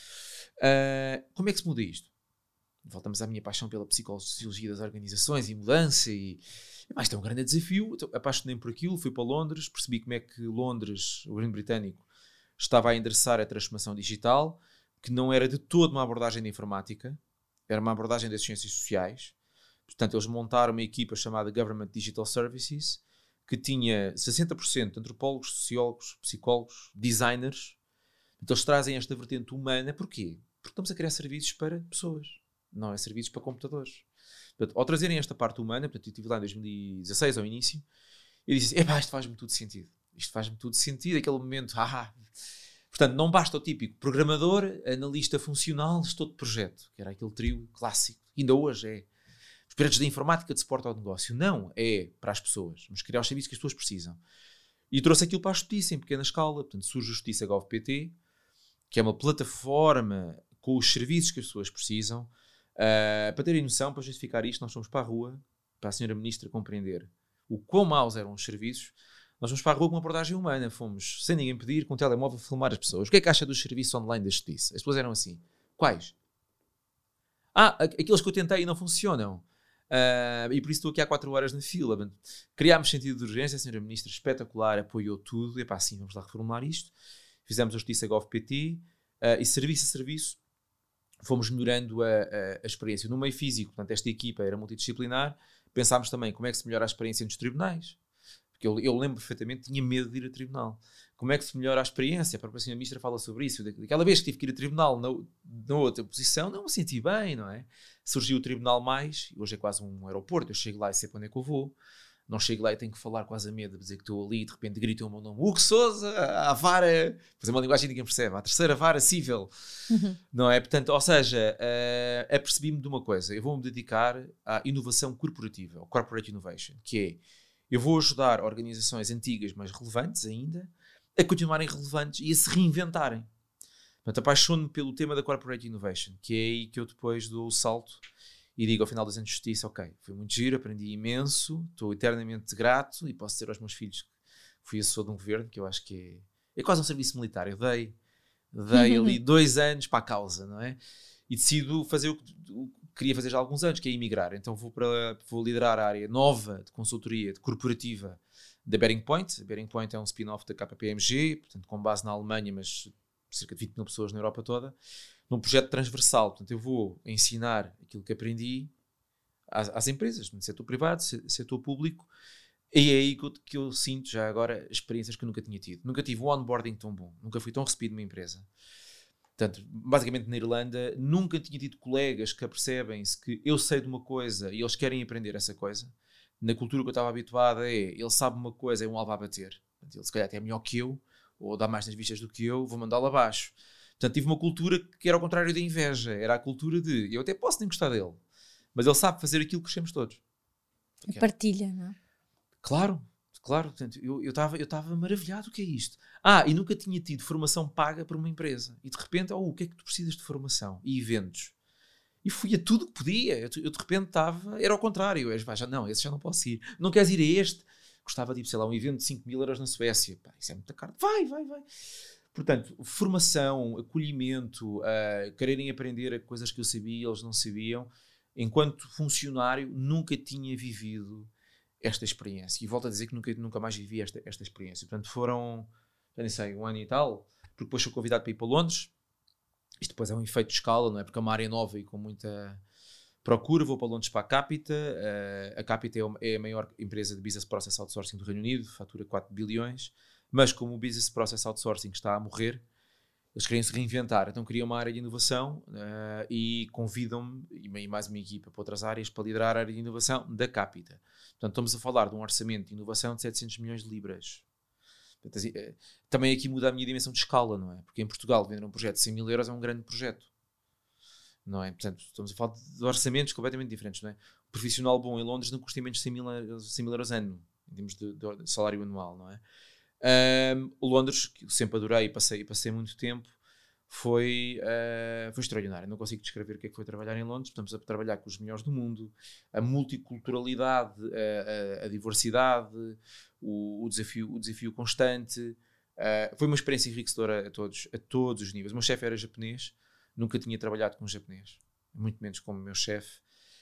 Como é que se muda isto? Voltamos à minha paixão pela psicologia das organizações e mudança, mas isto é um grande desafio. Então, apaixonei-me por aquilo, fui para Londres, percebi como é que Londres, o governo britânico, estava a endereçar a transformação digital, que não era de todo uma abordagem de informática, era uma abordagem das ciências sociais. Portanto, eles montaram uma equipa chamada Government Digital Services, que tinha 60% de antropólogos, sociólogos, psicólogos, designers. Então, eles trazem esta vertente humana. Porquê? Porque estamos a criar serviços para pessoas, não é serviços para computadores. Portanto, ao trazerem esta parte humana, portanto, eu estive lá em 2016, ao início, eu disse, isto faz-me tudo sentido. Isto faz-me tudo sentido, aquele momento, Portanto, não basta o típico programador, analista funcional, gestor de projeto, que era aquele trio clássico, ainda hoje é. Os projetos de informática de suporte ao negócio. Não, é para as pessoas. Vamos criar os serviços que as pessoas precisam. E trouxe aquilo para a justiça, em pequena escala. Portanto, surge a Justiça Gov.pt, que é uma plataforma com os serviços que as pessoas precisam. Para terem noção, para justificar isto, nós fomos para a rua, para a senhora Ministra compreender o quão maus eram os serviços. Nós fomos para a rua com uma abordagem humana, fomos, sem ninguém pedir, com um telemóvel, filmar as pessoas. O que é que acha dos serviços online da justiça? As pessoas eram assim. Quais? Aqueles que eu tentei e não funcionam. E por isso estou aqui há 4 horas na fila. Criámos sentido de urgência, a senhora Ministra espetacular, apoiou tudo. Sim, vamos lá reformular isto. Fizemos a Justiça Gov.pt e serviço a serviço fomos melhorando a experiência. No meio físico, portanto, esta equipa era multidisciplinar. Pensámos também como é que se melhora a experiência nos tribunais. Porque eu lembro perfeitamente, tinha medo de ir a tribunal. Como é que se melhora a experiência? A própria senhora Ministra fala sobre isso. Daquela vez que tive que ir a tribunal na outra posição, não me senti bem, não é? Surgiu o Tribunal Mais, hoje é quase um aeroporto, eu chego lá e sei para onde é que eu vou. Não chego lá e tenho que falar quase a medo de dizer que estou ali e de repente gritam o meu nome. Hugo Sousa, à vara, fazer uma linguagem que ninguém percebe, à terceira vara civil. Não é? Portanto, ou seja, apercebi-me de uma coisa, eu vou-me dedicar à inovação corporativa, ao Corporate Innovation, que é, eu vou ajudar organizações antigas, mas relevantes ainda, a continuarem relevantes e a se reinventarem. Portanto, apaixono-me pelo tema da Corporate Innovation, que é aí que eu depois dou o salto e digo ao final dos anos de justiça, ok, foi muito giro, aprendi imenso, estou eternamente grato e posso dizer aos meus filhos que fui assessor de um governo, que eu acho que é quase um serviço militar. Eu dei Dei ali 2 anos para a causa, não é? E decido fazer o que queria fazer já há alguns anos, que é emigrar. Então vou liderar a área nova de consultoria, de corporativa da Bearing Point. A Bearing Point é um spin-off da KPMG, portanto com base na Alemanha, mas cerca de 20 mil pessoas na Europa toda, num projeto transversal. Portanto eu vou ensinar aquilo que aprendi às empresas, no setor privado, setor público, e é aí que eu sinto já agora experiências que eu nunca tinha tido. Nunca tive um onboarding tão bom, nunca fui tão recebido numa empresa. Portanto, basicamente na Irlanda, nunca tinha tido colegas que apercebem-se que eu sei de uma coisa e eles querem aprender essa coisa. Na cultura que eu estava habituada ele sabe uma coisa, é um alvo a bater. Portanto, ele se calhar até é melhor que eu, ou dá mais nas vistas do que eu, vou mandá-lo abaixo. Portanto, tive uma cultura que era ao contrário da inveja. Era a cultura de, eu até posso nem gostar dele, mas ele sabe fazer aquilo que crescemos todos. A partilha, não é? Claro. Portanto, eu estava maravilhado. O que é isto? E nunca tinha tido formação paga por uma empresa. E de repente, o que é que tu precisas de formação? E eventos. E fui a tudo que podia. Eu de repente era ao contrário. Não, esse já não posso ir. Não queres ir a este? Gostava de ir, sei lá, um evento de 5 mil euros na Suécia. Isso é muito caro. Vai. Portanto, formação, acolhimento, quererem aprender a coisas que eu sabia, eles não sabiam. Enquanto funcionário, nunca tinha vivido esta experiência. E volto a dizer que nunca mais vivi esta experiência. Portanto, foram, já nem sei, 1 ano e tal, porque depois sou convidado para ir para Londres. Isto depois é um efeito de escala, não é? Porque é uma área nova e com muita procura. Vou para Londres para a Capita. A Capita é a maior empresa de Business Process Outsourcing do Reino Unido, fatura 4 bilhões. Mas como o Business Process Outsourcing está a morrer, eles queriam se reinventar. Então criam uma área de inovação e convidam-me e mais uma equipa para outras áreas para liderar a área de inovação da Capita. Portanto, estamos a falar de um orçamento de inovação de 700 milhões de libras. Portanto, também aqui muda a minha dimensão de escala, não é? Porque em Portugal vender um projeto de 100 mil euros é um grande projeto, não é? Portanto, estamos a falar de orçamentos completamente diferentes, não é? O profissional bom em Londres não custa menos de 100 mil euros ano, em termos de salário anual, não é? Londres, que eu sempre adorei e passei muito tempo, foi extraordinário. Não consigo descrever o que é que foi trabalhar em Londres. Estamos a trabalhar com os melhores do mundo, a multiculturalidade, a diversidade, o desafio constante. Foi uma experiência enriquecedora a todos os níveis. O meu chefe era japonês, nunca tinha trabalhado com um japonês, muito menos como meu chefe.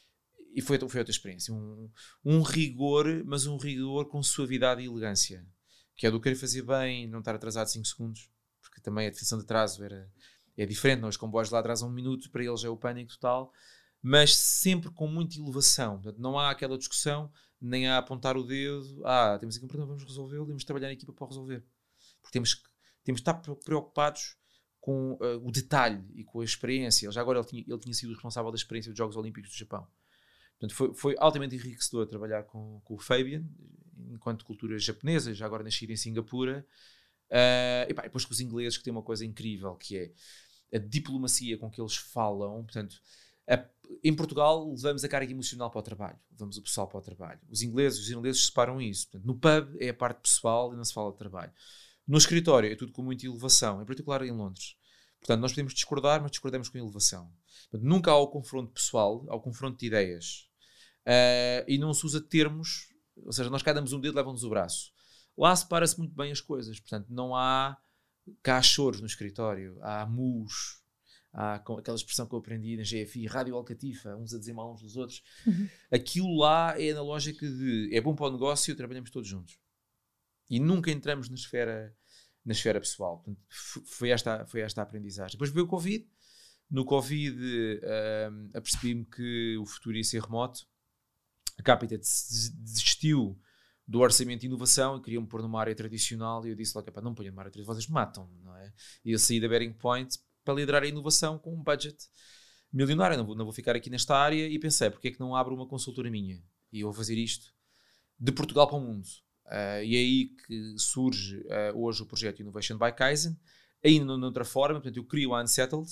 E foi outra experiência. Um rigor, mas um rigor com suavidade e elegância, que é do querer fazer bem, não estar atrasado 5 segundos, porque também a definição de atraso é diferente. Os comboios lá atrasam 1 minuto, para eles é o pânico total, mas sempre com muita elevação. Portanto, não há aquela discussão, nem há apontar o dedo, temos aqui um problema, vamos resolvê-lo, temos de trabalhar em equipa para resolver. Porque temos de estar preocupados com o detalhe e com a experiência. Agora ele tinha sido responsável da experiência dos Jogos Olímpicos do Japão. Portanto, foi altamente enriquecedor trabalhar com o Fabian, enquanto cultura japonesa, já agora nasci em Singapura. E depois com os ingleses, que têm uma coisa incrível, que é a diplomacia com que eles falam. Portanto, em Portugal levamos a carga emocional para o trabalho, levamos o pessoal para o trabalho. Os irlandeses separam isso. Portanto, no pub é a parte pessoal e não se fala de trabalho. No escritório é tudo com muita elevação, em particular em Londres. Portanto, nós podemos discordar, mas discordamos com elevação. Portanto, nunca há o confronto pessoal, há o confronto de ideias. E não se usa termos, ou seja, nós cá damos um dedo, levam-nos o braço. Lá separa-se muito bem as coisas. Portanto, não há choros no escritório, há mus, há aquela expressão que eu aprendi na GFI, rádio alcatifa, uns a dizer mal uns dos outros. Aquilo lá é na lógica de é bom para o negócio, trabalhamos todos juntos. E nunca entramos na esfera pessoal. Portanto, foi esta a aprendizagem. Depois veio o Covid. No Covid apercebi-me que o futuro ia ser remoto. A Capita desistiu do orçamento de inovação e queriam-me pôr numa área tradicional e eu disse logo, não ponham numa área tradicional, vocês matam-me, não é? E eu saí da Bearing Point para liderar a inovação com um budget milionário. Não vou ficar aqui nesta área e pensei, porque é que não abro uma consultora minha? E eu vou fazer isto de Portugal para o mundo. E é aí que surge hoje o projeto Innovation by Kaizen, ainda noutra forma. Portanto, eu crio a Unsettled.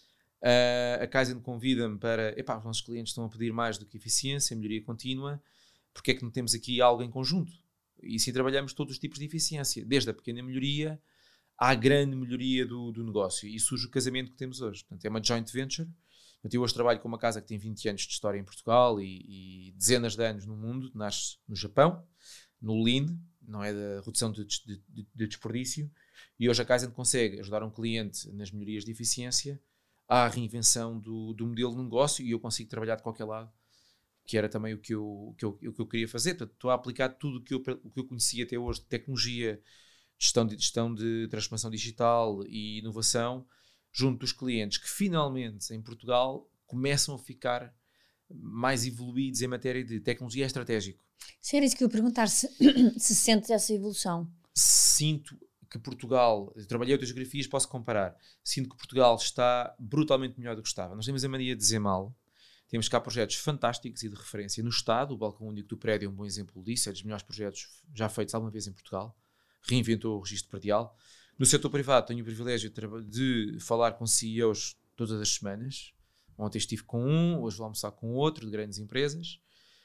A Kaizen convida-me para, os nossos clientes estão a pedir mais do que eficiência, melhoria contínua, porque é que não temos aqui algo em conjunto? E assim trabalhamos todos os tipos de eficiência, desde a pequena melhoria à grande melhoria do negócio. E surge o casamento que temos hoje. Portanto, é uma joint venture. Portanto, eu hoje trabalho com uma casa que tem 20 anos de história em Portugal e dezenas de anos no mundo. Nasce no Japão, no Lean, não é da redução de desperdício. E hoje a Kaizen consegue ajudar um cliente nas melhorias de eficiência à reinvenção do modelo de negócio, e eu consigo trabalhar de qualquer lado, que era também o que eu queria fazer. Portanto, estou a aplicar tudo o que eu conhecia até hoje de tecnologia, gestão de transformação digital e inovação junto dos clientes que finalmente em Portugal começam a ficar mais evoluídos em matéria de tecnologia estratégico. Se era isso que eu ia perguntar, se sentes essa evolução. Sinto que Portugal, eu trabalhei outras geografias, posso comparar, sinto que Portugal está brutalmente melhor do que estava. Nós temos a mania de dizer mal, temos cá projetos fantásticos e de referência no Estado, o Balcão Único do Prédio é um bom exemplo disso, é dos melhores projetos já feitos alguma vez em Portugal, reinventou o registro predial. No setor privado tenho o privilégio de falar com CEOs todas as semanas. Ontem estive com um, hoje vou almoçar com outro, de grandes empresas.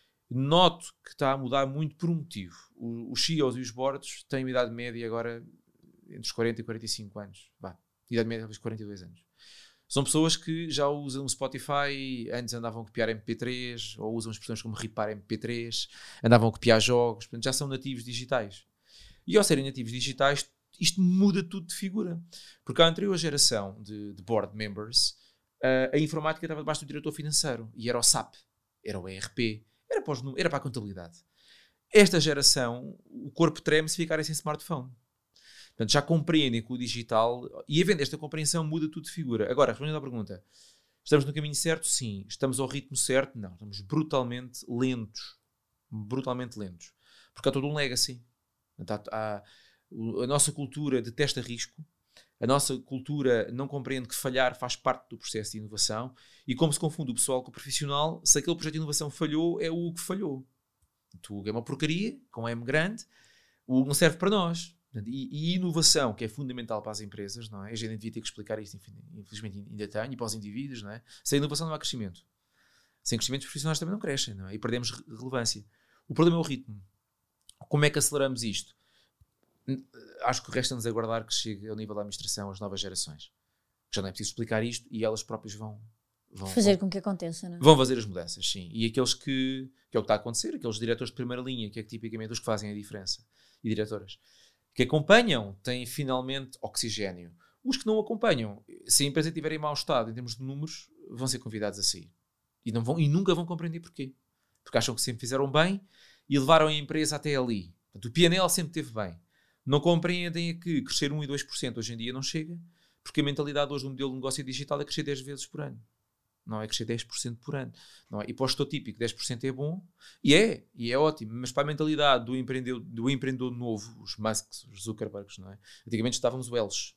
Noto que está a mudar muito por um motivo. Os CEOs e os boards têm uma idade média agora entre os 40 e 45 anos. Idade média talvez 42 anos. São pessoas que já usam o Spotify, antes andavam a copiar MP3, ou usam expressões como ripar MP3, andavam a copiar jogos, portanto já são nativos digitais. E ao serem nativos digitais, isto muda tudo de figura. Porque a anterior geração de board members, a informática estava debaixo do diretor financeiro, e era o SAP, era o ERP, era para a contabilidade. Esta geração, o corpo treme se ficarem sem smartphone. Portanto, já compreendem que o digital, e havendo esta compreensão, muda tudo de figura. Agora, respondendo à pergunta, estamos no caminho certo? Sim. Estamos ao ritmo certo? Não. Estamos brutalmente lentos. Brutalmente lentos. Porque há todo um legacy. A nossa cultura detesta risco. A nossa cultura não compreende que falhar faz parte do processo de inovação. E como se confunde o pessoal com o profissional, se aquele projeto de inovação falhou, é o que falhou. O é uma porcaria, com M grande, o não serve para nós. E inovação, que é fundamental para as empresas, não é? A gente devia ter que explicar isto, infelizmente ainda tenho, e para os indivíduos, não é? Sem inovação não há crescimento. Sem crescimento os profissionais também não crescem, não é? E perdemos relevância. O problema é o ritmo. Como é que aceleramos isto? Acho que resta-nos aguardar que chegue ao nível da administração as novas gerações. Já não é preciso explicar isto e elas próprias vão fazer com que aconteça, não é? Vão fazer as mudanças, sim. E aqueles que é o que está a acontecer, aqueles diretores de primeira linha, que é tipicamente os que fazem a diferença, e diretoras, que acompanham, têm finalmente oxigénio. Os que não acompanham, se a empresa estiver em mau estado em termos de números, vão ser convidados a sair. E nunca vão compreender porquê. Porque acham que sempre fizeram bem e levaram a empresa até ali. Portanto, o P&L sempre esteve bem. Não compreendem que crescer 1 e 2% hoje em dia não chega, porque a mentalidade hoje do modelo de negócio digital é crescer 10 vezes por ano. Não é crescer 10% por ano. Não é? E para o gestor típico, 10% é bom, e é ótimo, mas para a mentalidade do empreendedor novo, os Musks, os Zuckerbergs, não é? Antigamente estávamos o Welsh,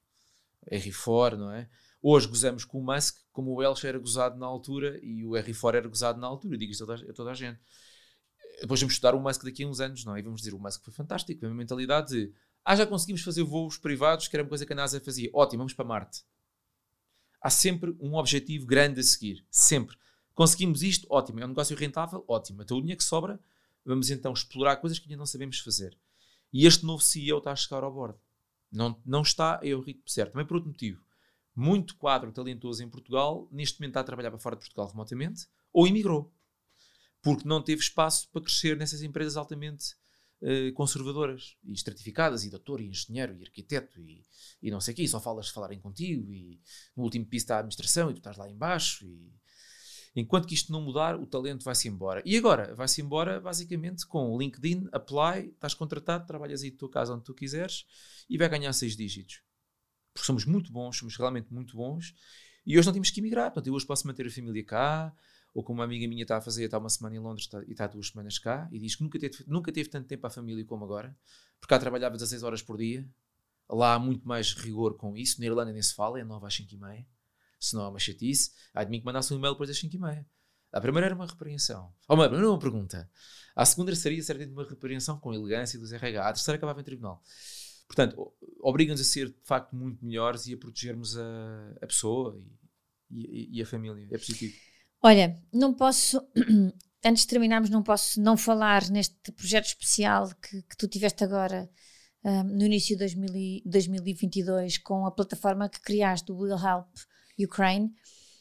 R4, não é? Hoje gozamos com o Musk, como o Welsh era gozado na altura e o R4 era gozado na altura. Eu digo isto a toda a gente. Depois vamos estudar o Musk daqui a uns anos, não é? E vamos dizer, o Musk foi fantástico, a mentalidade de, já conseguimos fazer voos privados, que era uma coisa que a NASA fazia. Ótimo, vamos para Marte. Há sempre um objetivo grande a seguir. Sempre. Conseguimos isto? Ótimo. É um negócio rentável? Ótimo. Então o dinheiro que sobra, vamos então explorar coisas que ainda não sabemos fazer. E este novo CEO está a chegar ao bordo. Não está a o ritmo certo. Também por outro motivo. Muito quadro talentoso em Portugal, neste momento está a trabalhar para fora de Portugal remotamente, ou emigrou. Porque não teve espaço para crescer nessas empresas altamente conservadoras e estratificadas, e doutor, e engenheiro, e arquiteto, e não sei o quê, e só falarem contigo, e no último piso está a administração, e tu estás lá em baixo, e enquanto que isto não mudar, o talento vai-se embora. E agora? Vai-se embora, basicamente, com o LinkedIn, apply, estás contratado, trabalhas aí de tua casa onde tu quiseres, e vai ganhar 6 dígitos. Porque somos muito bons, somos realmente muito bons, e hoje não temos que emigrar. Portanto, eu hoje posso manter a família cá, ou como uma amiga minha está a fazer, está uma semana em Londres e está 2 semanas cá, e diz que nunca teve tanto tempo à família como agora, porque cá trabalhava 16 horas por dia. Lá há muito mais rigor com isso. Na Irlanda nem se fala, é 9 às 5h30, senão é uma chatice. Há de mim que mandasse um e-mail depois das 5h30. A primeira era uma repreensão, não era uma pergunta. A segunda seria certamente uma repreensão com elegância dos RH. A terceira acabava em tribunal. Portanto, obrigam-nos a ser de facto muito melhores e a protegermos a pessoa e a família. É positivo. Olha, não posso, antes de terminarmos, não posso não falar neste projeto especial que tu tiveste agora no início de 2022 com a plataforma que criaste, o Will Help Ukraine.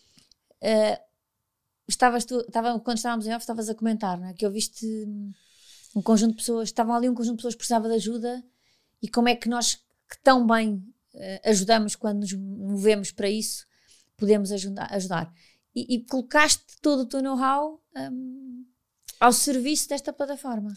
Quando estávamos em off, estavas a comentar, não é? Que ouviste um conjunto de pessoas, estavam ali um conjunto de pessoas que precisava de ajuda, e como é que nós que tão bem ajudamos quando nos movemos para isso, podemos ajudar. E colocaste todo o teu know-how ao serviço desta plataforma.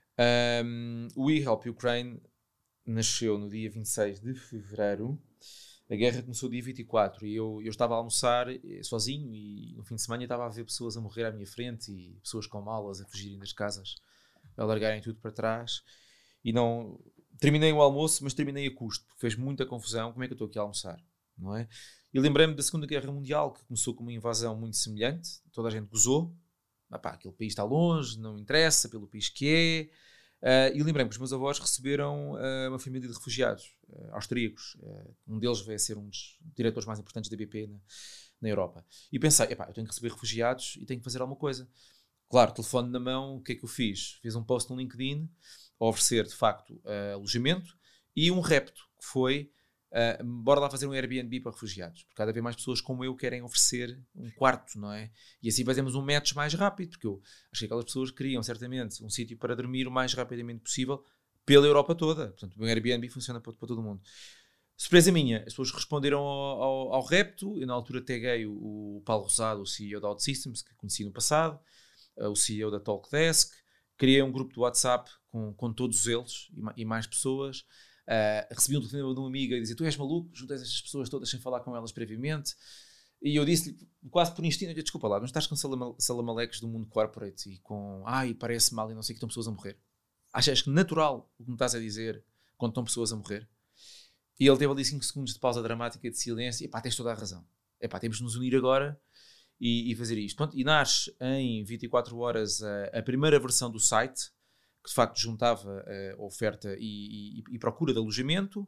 O We Help Ukraine nasceu no dia 26 de fevereiro. A guerra começou dia 24 e eu estava a almoçar sozinho e no fim de semana eu estava a ver pessoas a morrer à minha frente e pessoas com malas a fugirem das casas, a largarem tudo para trás. E não... Terminei o almoço, mas terminei a custo, porque fez muita confusão. Como é que eu estou aqui a almoçar? Não é? E lembrei-me da Segunda Guerra Mundial, que começou com uma invasão muito semelhante. Toda a gente gozou. Aquele país está longe, não interessa pelo país que é. E lembrei-me que os meus avós receberam uma família de refugiados austríacos. Um deles veio a ser um dos diretores mais importantes da BP na Europa. E pensei, eu tenho que receber refugiados e tenho que fazer alguma coisa. Claro, telefone na mão, o que é que eu fiz? Fiz um post no LinkedIn a oferecer, de facto, alojamento e um repto, que foi bora lá fazer um Airbnb para refugiados, porque cada vez mais pessoas como eu querem oferecer um quarto, não é? E assim fazemos um match mais rápido, porque eu acho que aquelas pessoas queriam certamente um sítio para dormir o mais rapidamente possível pela Europa toda. Portanto, o Airbnb funciona para todo mundo. Surpresa minha, as pessoas responderam ao repto. Eu na altura taguei o Paulo Rosado, o CEO da OutSystems, que conheci no passado, o CEO da Talkdesk. Criei um grupo de WhatsApp com todos eles e mais pessoas. Recebi um telefonema de uma amiga e dizia: tu és maluco, juntei estas pessoas todas sem falar com elas previamente. E eu disse-lhe, quase por instinto, desculpa lá, mas estás com salamaleques do mundo corporate e com parece mal e não sei que estão pessoas a morrer. Achas que natural o que me estás a dizer quando estão pessoas a morrer? E ele teve ali 5 segundos de pausa dramática de silêncio. E tens toda a razão. Temos de nos unir agora e fazer isto. Pronto, e nasce em 24 horas a primeira versão do site, que de facto juntava oferta e procura de alojamento.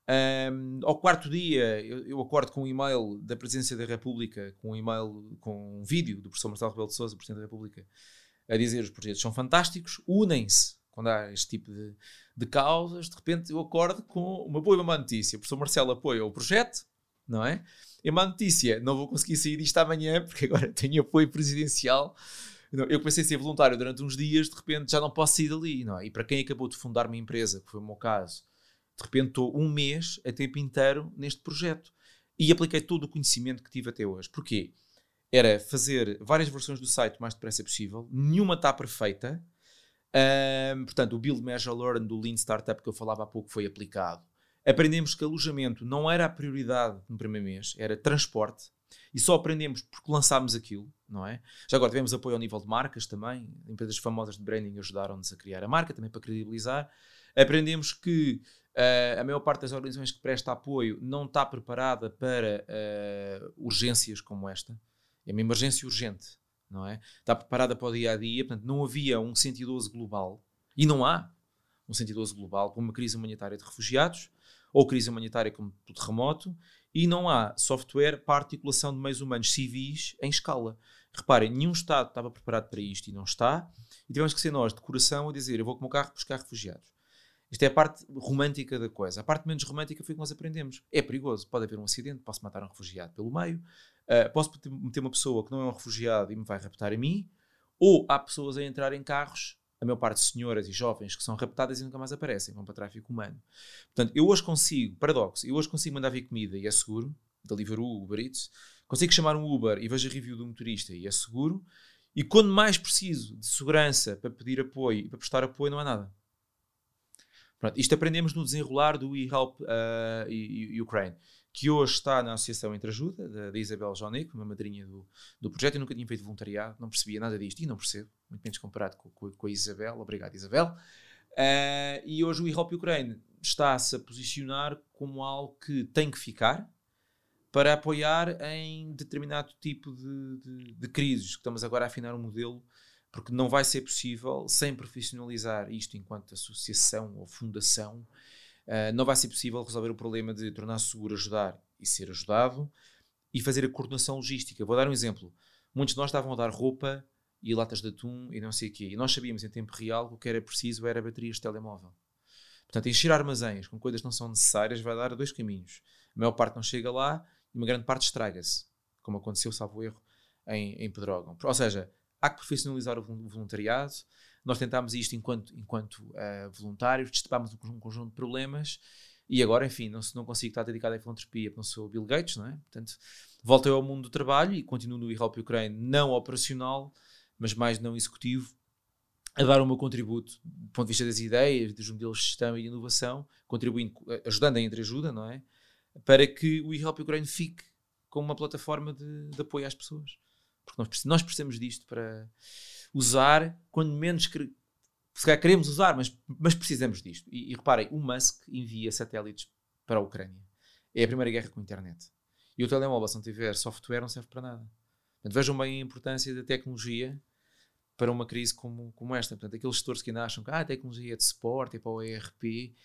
Ao quarto dia eu acordo com um e-mail da Presidência da República, com um vídeo do professor Marcelo Rebelo de Sousa, Presidente da República, a dizer: os projetos são fantásticos, unem-se. Quando há este tipo de causas, de repente eu acordo com uma boa e uma má notícia. O professor Marcelo apoia o projeto, não é? E a má notícia: não vou conseguir sair disto amanhã, porque agora tenho apoio presidencial. Eu comecei a ser voluntário durante uns dias, de repente já não posso sair dali, não é? E para quem acabou de fundar uma empresa, que foi o meu caso, de repente estou um mês a tempo inteiro neste projeto. E apliquei todo o conhecimento que tive até hoje. Porquê? Era fazer várias versões do site o mais depressa possível, nenhuma está perfeita. Portanto, o Build, Measure, Learn do Lean Startup que eu falava há pouco foi aplicado. Aprendemos que alojamento não era a prioridade no primeiro mês, era transporte. E só aprendemos porque lançámos aquilo, não é? Já agora tivemos apoio ao nível de marcas também. Empresas famosas de branding ajudaram-nos a criar a marca, também para credibilizar. Aprendemos que a maior parte das organizações que presta apoio não está preparada para urgências como esta. É uma emergência urgente, não é? Está preparada para o dia-a-dia. Portanto, não havia um 112 global. E não há um 112 global com uma crise humanitária de refugiados ou crise humanitária como o terremoto. E não há software para a articulação de meios humanos civis em escala. Reparem, nenhum Estado estava preparado para isto e não está. E tivemos que ser nós, de coração, a dizer: eu vou com o meu carro buscar refugiados. Isto é a parte romântica da coisa. A parte menos romântica foi que nós aprendemos. É perigoso, pode haver um acidente, posso matar um refugiado pelo meio, posso meter uma pessoa que não é um refugiado e me vai raptar a mim, ou há pessoas a entrar em carros, a maior parte de senhoras e jovens, que são raptadas e nunca mais aparecem, vão para tráfico humano. Portanto, eu hoje consigo, paradoxo, mandar vir comida e é seguro, Deliveroo, Uber Eats, consigo chamar um Uber e vejo a review do motorista e é seguro, e quando mais preciso de segurança para pedir apoio e para prestar apoio, não há nada. Pronto, isto aprendemos no desenrolar do We Help Ukraine, que hoje está na Associação Entreajuda, da Isabel Jonico, uma madrinha do projeto. Eu nunca tinha feito voluntariado, não percebia nada disto e não percebo, muito menos comparado com a Isabel. Obrigado, Isabel. E hoje o We Help Ukraine está-se a posicionar como algo que tem que ficar para apoiar em determinado tipo de crises, que estamos agora a afinar um modelo, porque não vai ser possível, sem profissionalizar isto enquanto associação ou fundação, não vai ser possível resolver o problema de tornar seguro ajudar e ser ajudado e fazer a coordenação logística. Vou dar um exemplo. Muitos de nós estavam a dar roupa e latas de atum e não sei o quê. E nós sabíamos em tempo real que o que era preciso era baterias de telemóvel. Portanto, encher armazéns com coisas que não são necessárias vai dar 2 caminhos. A maior parte não chega lá e uma grande parte estraga-se, como aconteceu, salvo erro, em Pedrógão. Ou seja, há que profissionalizar o voluntariado. Nós tentámos isto enquanto voluntários, destapámos um conjunto de problemas E agora, enfim, não consigo estar dedicado à filantropia porque não sou Bill Gates, não é? Portanto, voltei ao mundo do trabalho e continuo no eHelp Ukraine não operacional, mas mais não executivo, a dar o meu contributo do ponto de vista das ideias, dos modelos de gestão e de inovação, contribuindo, ajudando a entreajuda, não é? Para que o eHelp Ukraine fique como uma plataforma de apoio às pessoas. Porque nós precisamos disto para usar, quando menos se calhar queremos usar, mas precisamos disto. E reparem, o Musk envia satélites para a Ucrânia. É a primeira guerra com a internet. E o telemóvel, se não tiver software, não serve para nada. Portanto, vejam bem a importância da tecnologia para uma crise como esta. Portanto, aqueles gestores que ainda acham que a tecnologia é de suporte, é para o ERP,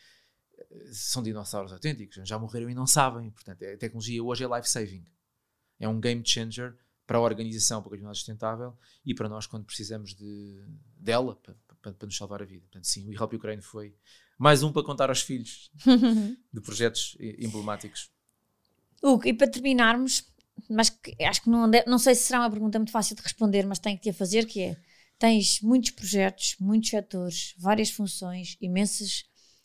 são dinossauros autênticos, já morreram e não sabem. Portanto, a tecnologia hoje é life-saving. É um game changer para a organização, para a continuidade sustentável e para nós quando precisamos dela para nos salvar a vida. Portanto, sim, o eHelp Ukraine foi mais um para contar aos filhos de projetos emblemáticos. Hugo, e para terminarmos, mas acho que não sei se será uma pergunta muito fácil de responder, mas tenho que te a fazer, que é, tens muitos projetos, muitos setores, várias funções, imensas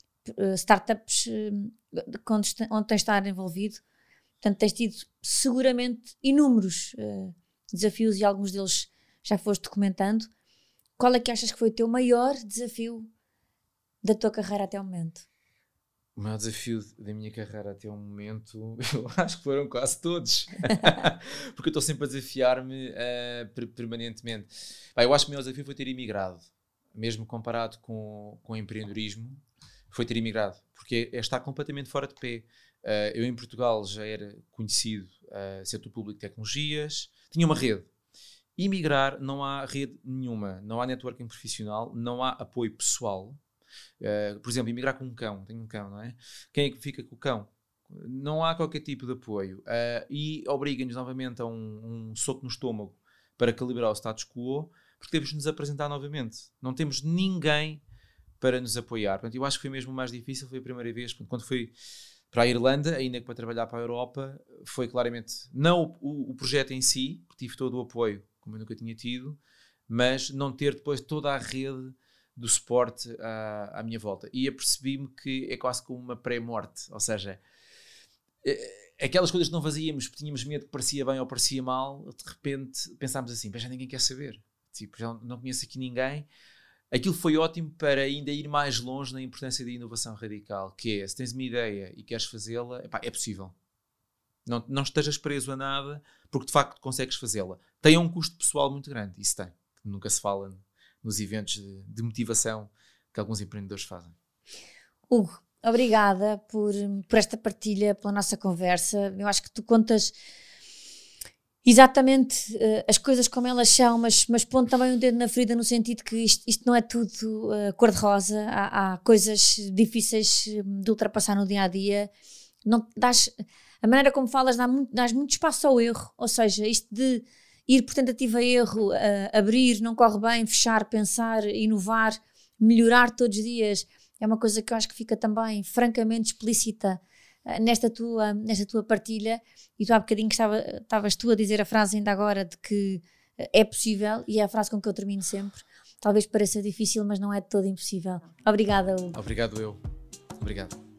startups onde tens de estar envolvido. Portanto, tens tido seguramente inúmeros desafios e alguns deles já foste documentando. Qual é que achas que foi o teu maior desafio da tua carreira até o momento? O maior desafio da minha carreira até o momento, eu acho que foram quase todos. Porque eu estou sempre a desafiar-me permanentemente. Eu acho que o maior desafio foi ter imigrado. Mesmo comparado com o empreendedorismo, foi ter imigrado. Porque é estar completamente fora de pé. Eu em Portugal já era conhecido setor público de tecnologias, tinha uma rede. Imigrar, não há rede nenhuma, não há networking profissional, não há apoio pessoal. Por exemplo, imigrar com um cão, tenho um cão, não é? Quem é que fica com o cão? Não há qualquer tipo de apoio e obriga-nos novamente a um soco no estômago para calibrar o status quo, porque temos de nos apresentar novamente. Não temos ninguém para nos apoiar. Portanto, eu acho que foi mesmo o mais difícil, foi a primeira vez, quando fui para a Irlanda, ainda que para trabalhar para a Europa, foi claramente, não o projeto em si, porque tive todo o apoio, como eu nunca tinha tido, mas não ter depois toda a rede do suporte à minha volta. E apercebi-me que é quase como uma pré-morte, ou seja, aquelas coisas que não fazíamos, porque tínhamos medo que parecia bem ou parecia mal, de repente pensámos assim, já ninguém quer saber, tipo, já não conheço aqui ninguém. Aquilo foi ótimo para ainda ir mais longe na importância da inovação radical, que é, se tens uma ideia e queres fazê-la, é possível. Não estejas preso a nada, porque de facto consegues fazê-la. Tem um custo pessoal muito grande, isso tem, que nunca se fala nos eventos de motivação que alguns empreendedores fazem. Hugo, obrigada por esta partilha, pela nossa conversa. Eu acho que tu contas exatamente as coisas como elas são, mas pondo também um dedo na ferida no sentido que isto não é tudo cor-de-rosa, há coisas difíceis de ultrapassar no dia-a-dia. A maneira como falas dás muito espaço ao erro, ou seja, isto de ir por tentativa a erro, abrir, não corre bem, fechar, pensar, inovar, melhorar todos os dias, é uma coisa que eu acho que fica também francamente explícita nesta tua partilha. E tu há bocadinho que estavas tu a dizer a frase ainda agora de que é possível, e é a frase com que eu termino sempre. Talvez pareça difícil, mas não é de todo impossível. Obrigada, Hugo. Obrigado eu. Obrigado.